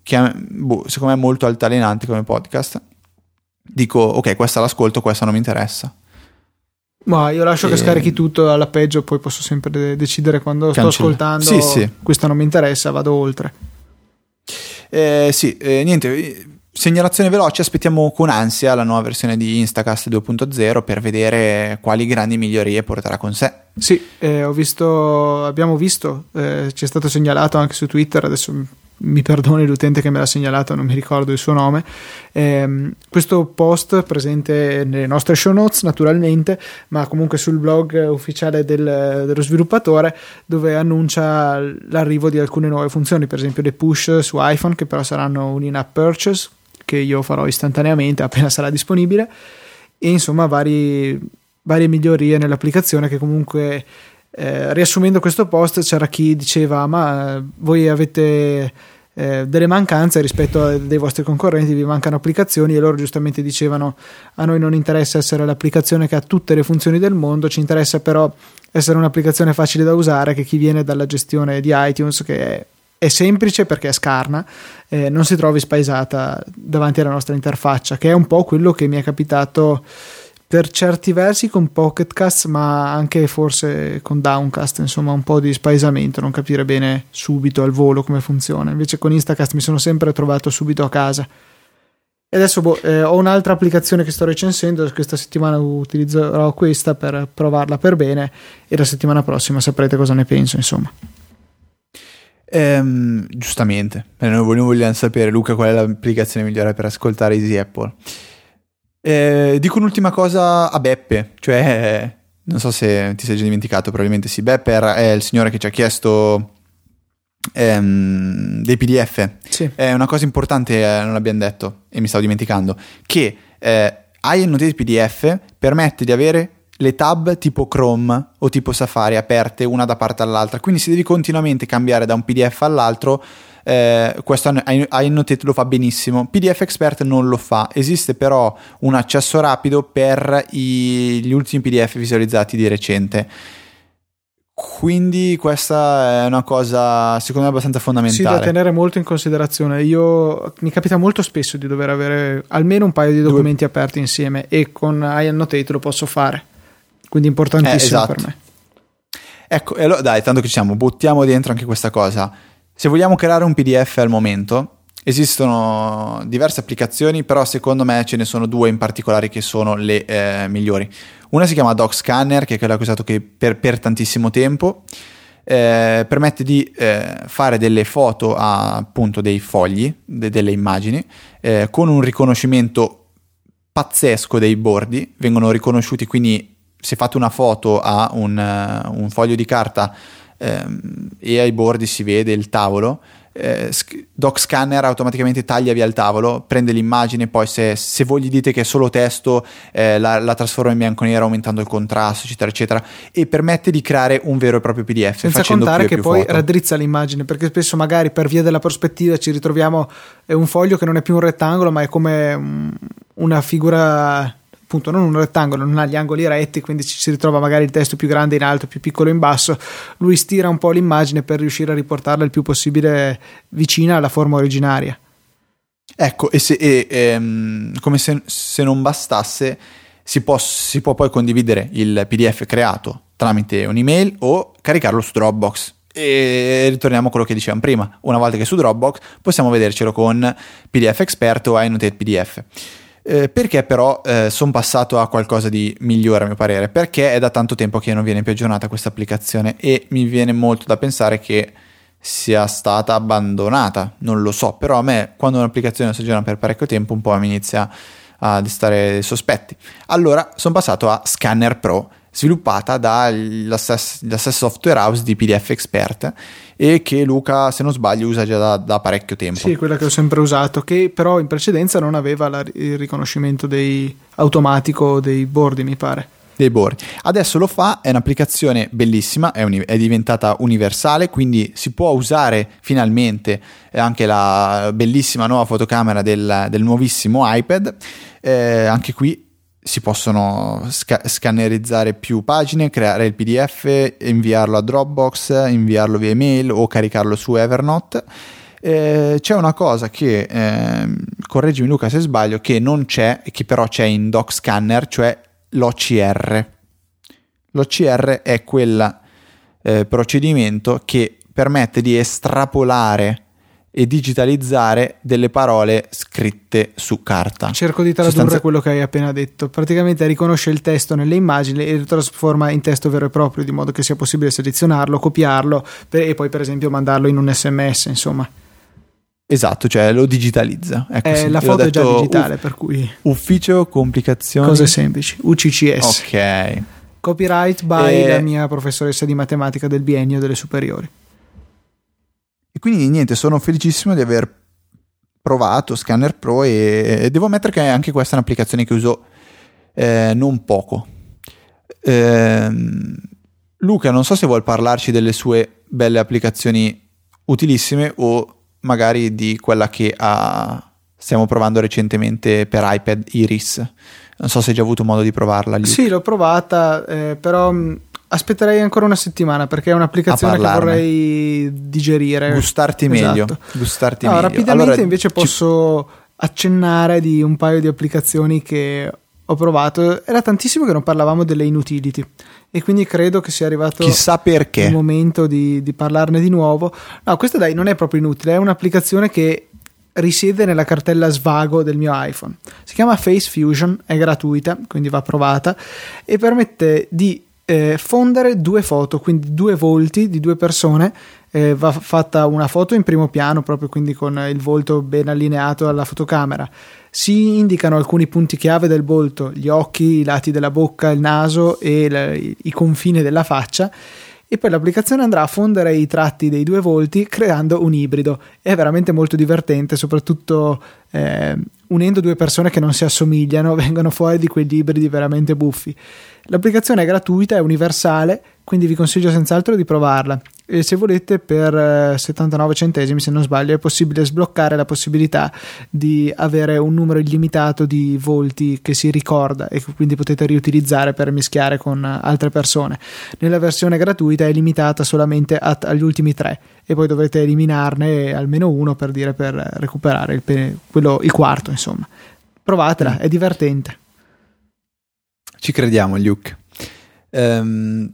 che è, boh, secondo me è molto altalenante come podcast, dico ok, questa l'ascolto, questa non mi interessa. Ma io lascio e... che scarichi tutto alla peggio, poi posso sempre de- decidere quando Cancella. sto ascoltando sì, sì. Questa non mi interessa, vado oltre. Eh, sì, eh, niente, segnalazione veloce, aspettiamo con ansia la nuova versione di Instacast due punto zero per vedere quali grandi migliorie porterà con sé. Sì, eh, ho visto, abbiamo visto, eh, ci è stato segnalato anche su Twitter, adesso mi perdoni l'utente che me l'ha segnalato, non mi ricordo il suo nome, eh, questo post presente nelle nostre show notes naturalmente, ma comunque sul blog ufficiale del, dello sviluppatore, dove annuncia l'arrivo di alcune nuove funzioni, per esempio le push su iPhone, che però saranno un in-app purchase che io farò istantaneamente appena sarà disponibile, e insomma vari, varie migliorie nell'applicazione che comunque Eh, riassumendo questo post, c'era chi diceva ma voi avete eh, delle mancanze rispetto a dei vostri concorrenti, vi mancano applicazioni, e loro giustamente dicevano a noi non interessa essere l'applicazione che ha tutte le funzioni del mondo, ci interessa però essere un'applicazione facile da usare, che chi viene dalla gestione di iTunes, che è, è semplice perché è scarna, eh, non si trovi spaesata davanti alla nostra interfaccia, che è un po' quello che mi è capitato per certi versi con Pocket Cast, ma anche forse con Downcast, insomma un po' di spaesamento, non capire bene subito al volo come funziona. Invece con Instacast mi sono sempre trovato subito a casa. E adesso boh, eh, ho un'altra applicazione che sto recensendo, questa settimana utilizzerò questa per provarla per bene, e la settimana prossima saprete cosa ne penso, insomma. Ehm, giustamente, noi vogliamo sapere, Luca, qual è l'applicazione migliore per ascoltare Easy Apple. Eh, dico un'ultima cosa a Beppe, cioè non so se ti sei già dimenticato, probabilmente sì. Beppe è il signore che ci ha chiesto ehm, dei P D F. Sì. È una cosa importante, eh, non l'abbiamo detto e mi stavo dimenticando, che eh, iAnnotate P D F permette di avere le tab tipo Chrome o tipo Safari aperte una da parte all'altra, quindi se devi continuamente cambiare da un P D F all'altro, Eh, questo iAnnotate lo fa benissimo. P D F Expert non lo fa. Esiste però un accesso rapido per i, gli ultimi P D F visualizzati di recente, quindi questa è una cosa secondo me abbastanza fondamentale, sì, da tenere molto in considerazione. Io mi capita molto spesso di dover avere almeno un paio di documenti Dove... aperti insieme, e con iAnnotate lo posso fare, quindi importantissimo eh, esatto. per me. Ecco, e allora dai, tanto che ci siamo, buttiamo dentro anche questa cosa. Se vogliamo creare un P D F al momento, esistono diverse applicazioni, però secondo me ce ne sono due in particolare che sono le eh, migliori. Una si chiama DocScanner, che è quella che ho usato che per, per tantissimo tempo, eh, permette di eh, fare delle foto a appunto dei fogli, de, delle immagini, eh, con un riconoscimento pazzesco dei bordi, vengono riconosciuti, quindi se fate una foto a un, uh, un foglio di carta ehm, e ai bordi si vede il tavolo, eh, DocScanner automaticamente taglia via il tavolo, prende l'immagine, poi se, se voi gli dite che è solo testo eh, la, la trasforma in bianco e nero aumentando il contrasto eccetera eccetera, e permette di creare un vero e proprio P D F, senza contare che poi foto. Raddrizza l'immagine, perché spesso magari per via della prospettiva ci ritroviamo è un foglio che non è più un rettangolo ma è come um, una figura, appunto non un rettangolo, non ha gli angoli retti, quindi ci si ritrova magari il testo più grande in alto, più piccolo in basso. Lui stira un po' l'immagine per riuscire a riportarla il più possibile vicina alla forma originaria. Ecco, e, se, e ehm, come se, se non bastasse, si può, si può poi condividere il P D F creato tramite un'email o caricarlo su Dropbox. E ritorniamo a quello che dicevamo prima: una volta che è su Dropbox possiamo vedercelo con P D F Expert o iAnnotate P D F. Eh, perché però eh, sono passato a qualcosa di migliore a mio parere? Perché è da tanto tempo che non viene più aggiornata questa applicazione e mi viene molto da pensare che sia stata abbandonata, non lo so, però a me quando un'applicazione si aggiorna per parecchio tempo un po' mi inizia a destare sospetti. Allora sono passato a Scanner Pro, sviluppata dalla stessa software house di P D F Expert, e che Luca, se non sbaglio, usa già da, da parecchio tempo. Sì, quella che ho sempre usato, che però in precedenza non aveva la, il riconoscimento dei, automatico dei bordi, mi pare. Dei bordi. Adesso lo fa, è un'applicazione bellissima, è, uni- è diventata universale, quindi si può usare finalmente anche la bellissima nuova fotocamera del, del nuovissimo iPad. Eh, anche qui si possono sca- scannerizzare più pagine, creare il P D F, inviarlo a Dropbox, inviarlo via email o caricarlo su Evernote. Eh, c'è una cosa che, eh, correggimi Luca se sbaglio, che non c'è, che però c'è in DocScanner, cioè l'O C R. L'O C R è quel eh, procedimento che permette di estrapolare e digitalizzare delle parole scritte su carta. Cerco di tradurre Sostanza... quello che hai appena detto. Praticamente riconosce il testo nelle immagini e lo trasforma in testo vero e proprio, di modo che sia possibile selezionarlo, copiarlo per... e poi per esempio mandarlo in un sms, insomma. Esatto, cioè lo digitalizza. Ecco, eh, sì, la foto è già digitale, uff, per cui... Ufficio complicazioni... Cose semplici, U C C S. Ok. Copyright by e... la mia professoressa di matematica del biennio delle superiori. E quindi niente, sono felicissimo di aver provato Scanner Pro e devo ammettere che anche questa è un'applicazione che uso eh, non poco. Eh, Luca, non so se vuol parlarci delle sue belle applicazioni utilissime o magari di quella che ha, stiamo provando recentemente per iPad, Iris. Non so se hai già avuto modo di provarla. Luke. Sì, l'ho provata, eh, però mh, aspetterei ancora una settimana perché è un'applicazione che vorrei digerire. Gustarti esatto. meglio. Gustarti no, meglio. Rapidamente allora, invece posso ci... accennare di un paio di applicazioni che ho provato. Era tantissimo che non parlavamo delle inutility e quindi credo che sia arrivato chissà perché il momento di, di parlarne di nuovo. No, questa dai non è proprio inutile, è un'applicazione che risiede nella cartella svago del mio iPhone. Si chiama Face Fusion, è gratuita, quindi va provata e permette di eh, fondere due foto, quindi due volti di due persone. Eh, va fatta una foto in primo piano, proprio quindi con il volto ben allineato alla fotocamera. Si indicano alcuni punti chiave del volto, gli occhi, i lati della bocca, il naso e le, i confini della faccia, e poi l'applicazione andrà a fondere i tratti dei due volti creando un ibrido. È veramente molto divertente, soprattutto eh, unendo due persone che non si assomigliano vengono fuori di quegli ibridi veramente buffi. L'applicazione è gratuita, è universale, quindi vi consiglio senz'altro di provarla. E se volete, per settantanove centesimi, se non sbaglio, è possibile sbloccare la possibilità di avere un numero illimitato di volti che si ricorda e che quindi potete riutilizzare per mischiare con altre persone. Nella versione gratuita è limitata solamente a, agli ultimi tre e poi dovrete eliminarne almeno uno per dire per recuperare il, pe- quello, il quarto, insomma. Provatela, mm. è divertente. Ci crediamo, Luke. Um...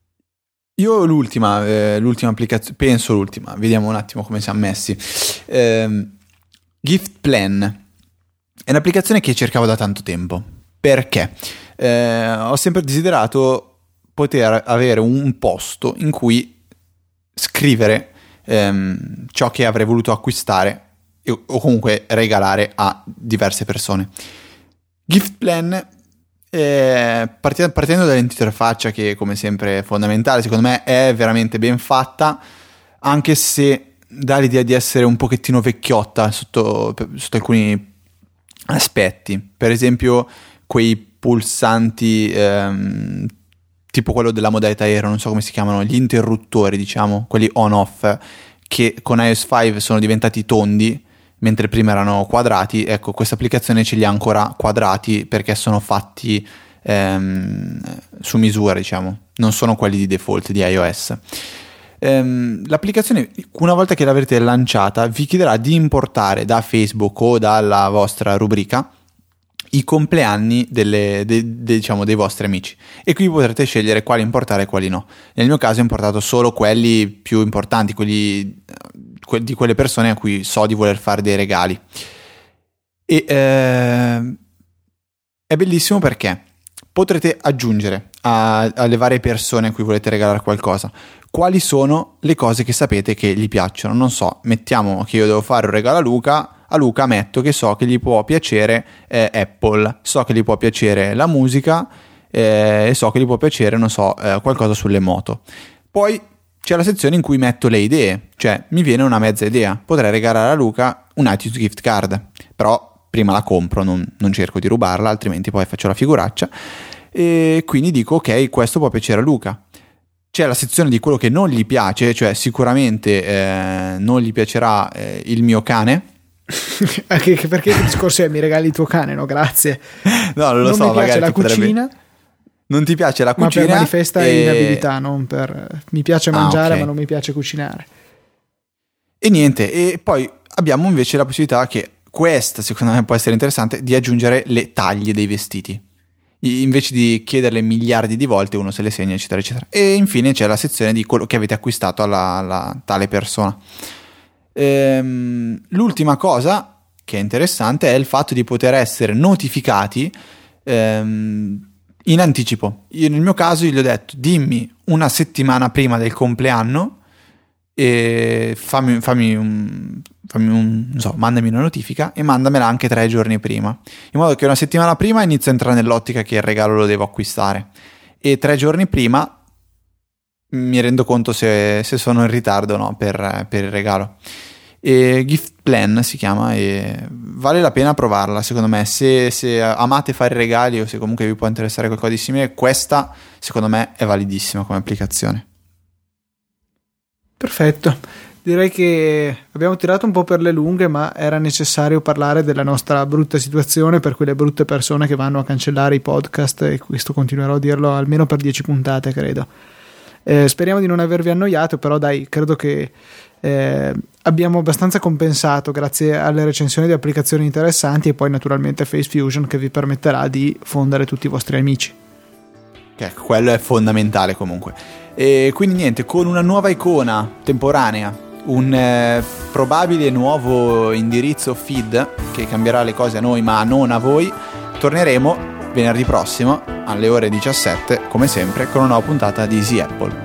Io l'ultima, eh, l'ultima applicazione, penso l'ultima, vediamo un attimo come siamo messi. Eh, Gift Plan è un'applicazione che cercavo da tanto tempo. Perché? Eh, ho sempre desiderato poter avere un posto in cui scrivere ehm, ciò che avrei voluto acquistare o comunque regalare a diverse persone. Gift Plan, Eh, partendo dall'interfaccia, che come sempre è fondamentale, secondo me è veramente ben fatta, anche se dà l'idea di essere un pochettino vecchiotta sotto, sotto alcuni aspetti. Per esempio quei pulsanti ehm, tipo quello della modalità aereo, non so come si chiamano, gli interruttori, diciamo, quelli on off, che con iOS cinque sono diventati tondi mentre prima erano quadrati. Ecco, questa applicazione ce li ha ancora quadrati perché sono fatti ehm, su misura, diciamo, non sono quelli di default di iOS. Ehm, l'applicazione, una volta che l'avrete lanciata, vi chiederà di importare da Facebook o dalla vostra rubrica i compleanni delle, de, de, diciamo, dei vostri amici, e qui potrete scegliere quali importare e quali no. Nel mio caso ho importato solo quelli più importanti, quelli di quelle persone a cui so di voler fare dei regali. E eh, è bellissimo perché potrete aggiungere a, alle varie persone a cui volete regalare qualcosa quali sono le cose che sapete che gli piacciono. Non so, mettiamo che io devo fare un regalo a Luca. A Luca metto che so che gli può piacere eh, Apple, so che gli può piacere la musica eh, e so che gli può piacere, non so, eh, qualcosa sulle moto. Poi c'è la sezione in cui metto le idee, cioè mi viene una mezza idea. Potrei regalare a Luca un iTunes gift card, però prima la compro, non, non cerco di rubarla, altrimenti poi faccio la figuraccia. E quindi dico ok, questo può piacere a Luca. C'è la sezione di quello che non gli piace, cioè sicuramente eh, non gli piacerà eh, il mio cane. Anche perché il discorso è mi regali il tuo cane, no grazie. No, non lo non so, mi piace magari la cucina. Potrebbe... Non ti piace la cucina? Ma per manifesta e... inabilità, non per... Mi piace mangiare, ah, okay. ma non mi piace cucinare. E niente, e poi abbiamo invece la possibilità, che questa secondo me può essere interessante, di aggiungere le taglie dei vestiti. Invece di chiederle miliardi di volte, uno se le segna, eccetera eccetera. E infine c'è la sezione di quello che avete acquistato alla, alla tale persona. Ehm, l'ultima cosa che è interessante è il fatto di poter essere notificati ehm, in anticipo. Io nel mio caso gli ho detto: dimmi una settimana prima del compleanno e fammi, fammi un, fammi un non so, mandami una notifica e mandamela anche tre giorni prima, in modo che una settimana prima inizio a entrare nell'ottica che il regalo lo devo acquistare, e tre giorni prima mi rendo conto se, se sono in ritardo o no per, per il regalo. E Gift Plan si chiama, e vale la pena provarla secondo me. Se, se amate fare regali o se comunque vi può interessare qualcosa di simile, questa secondo me è validissima come applicazione. Perfetto, direi che abbiamo tirato un po' per le lunghe, ma era necessario parlare della nostra brutta situazione per quelle brutte persone che vanno a cancellare i podcast, e questo continuerò a dirlo almeno per dieci puntate, credo. Eh, speriamo di non avervi annoiato, però dai, credo che eh, abbiamo abbastanza compensato grazie alle recensioni di applicazioni interessanti, e poi naturalmente Face Fusion, che vi permetterà di fondere tutti i vostri amici. Ecco, quello è fondamentale comunque. E quindi niente, con una nuova icona temporanea, un eh, probabile nuovo indirizzo feed che cambierà le cose a noi ma non a voi, torneremo venerdì prossimo alle ore diciassette come sempre con una nuova puntata di Easy Apple.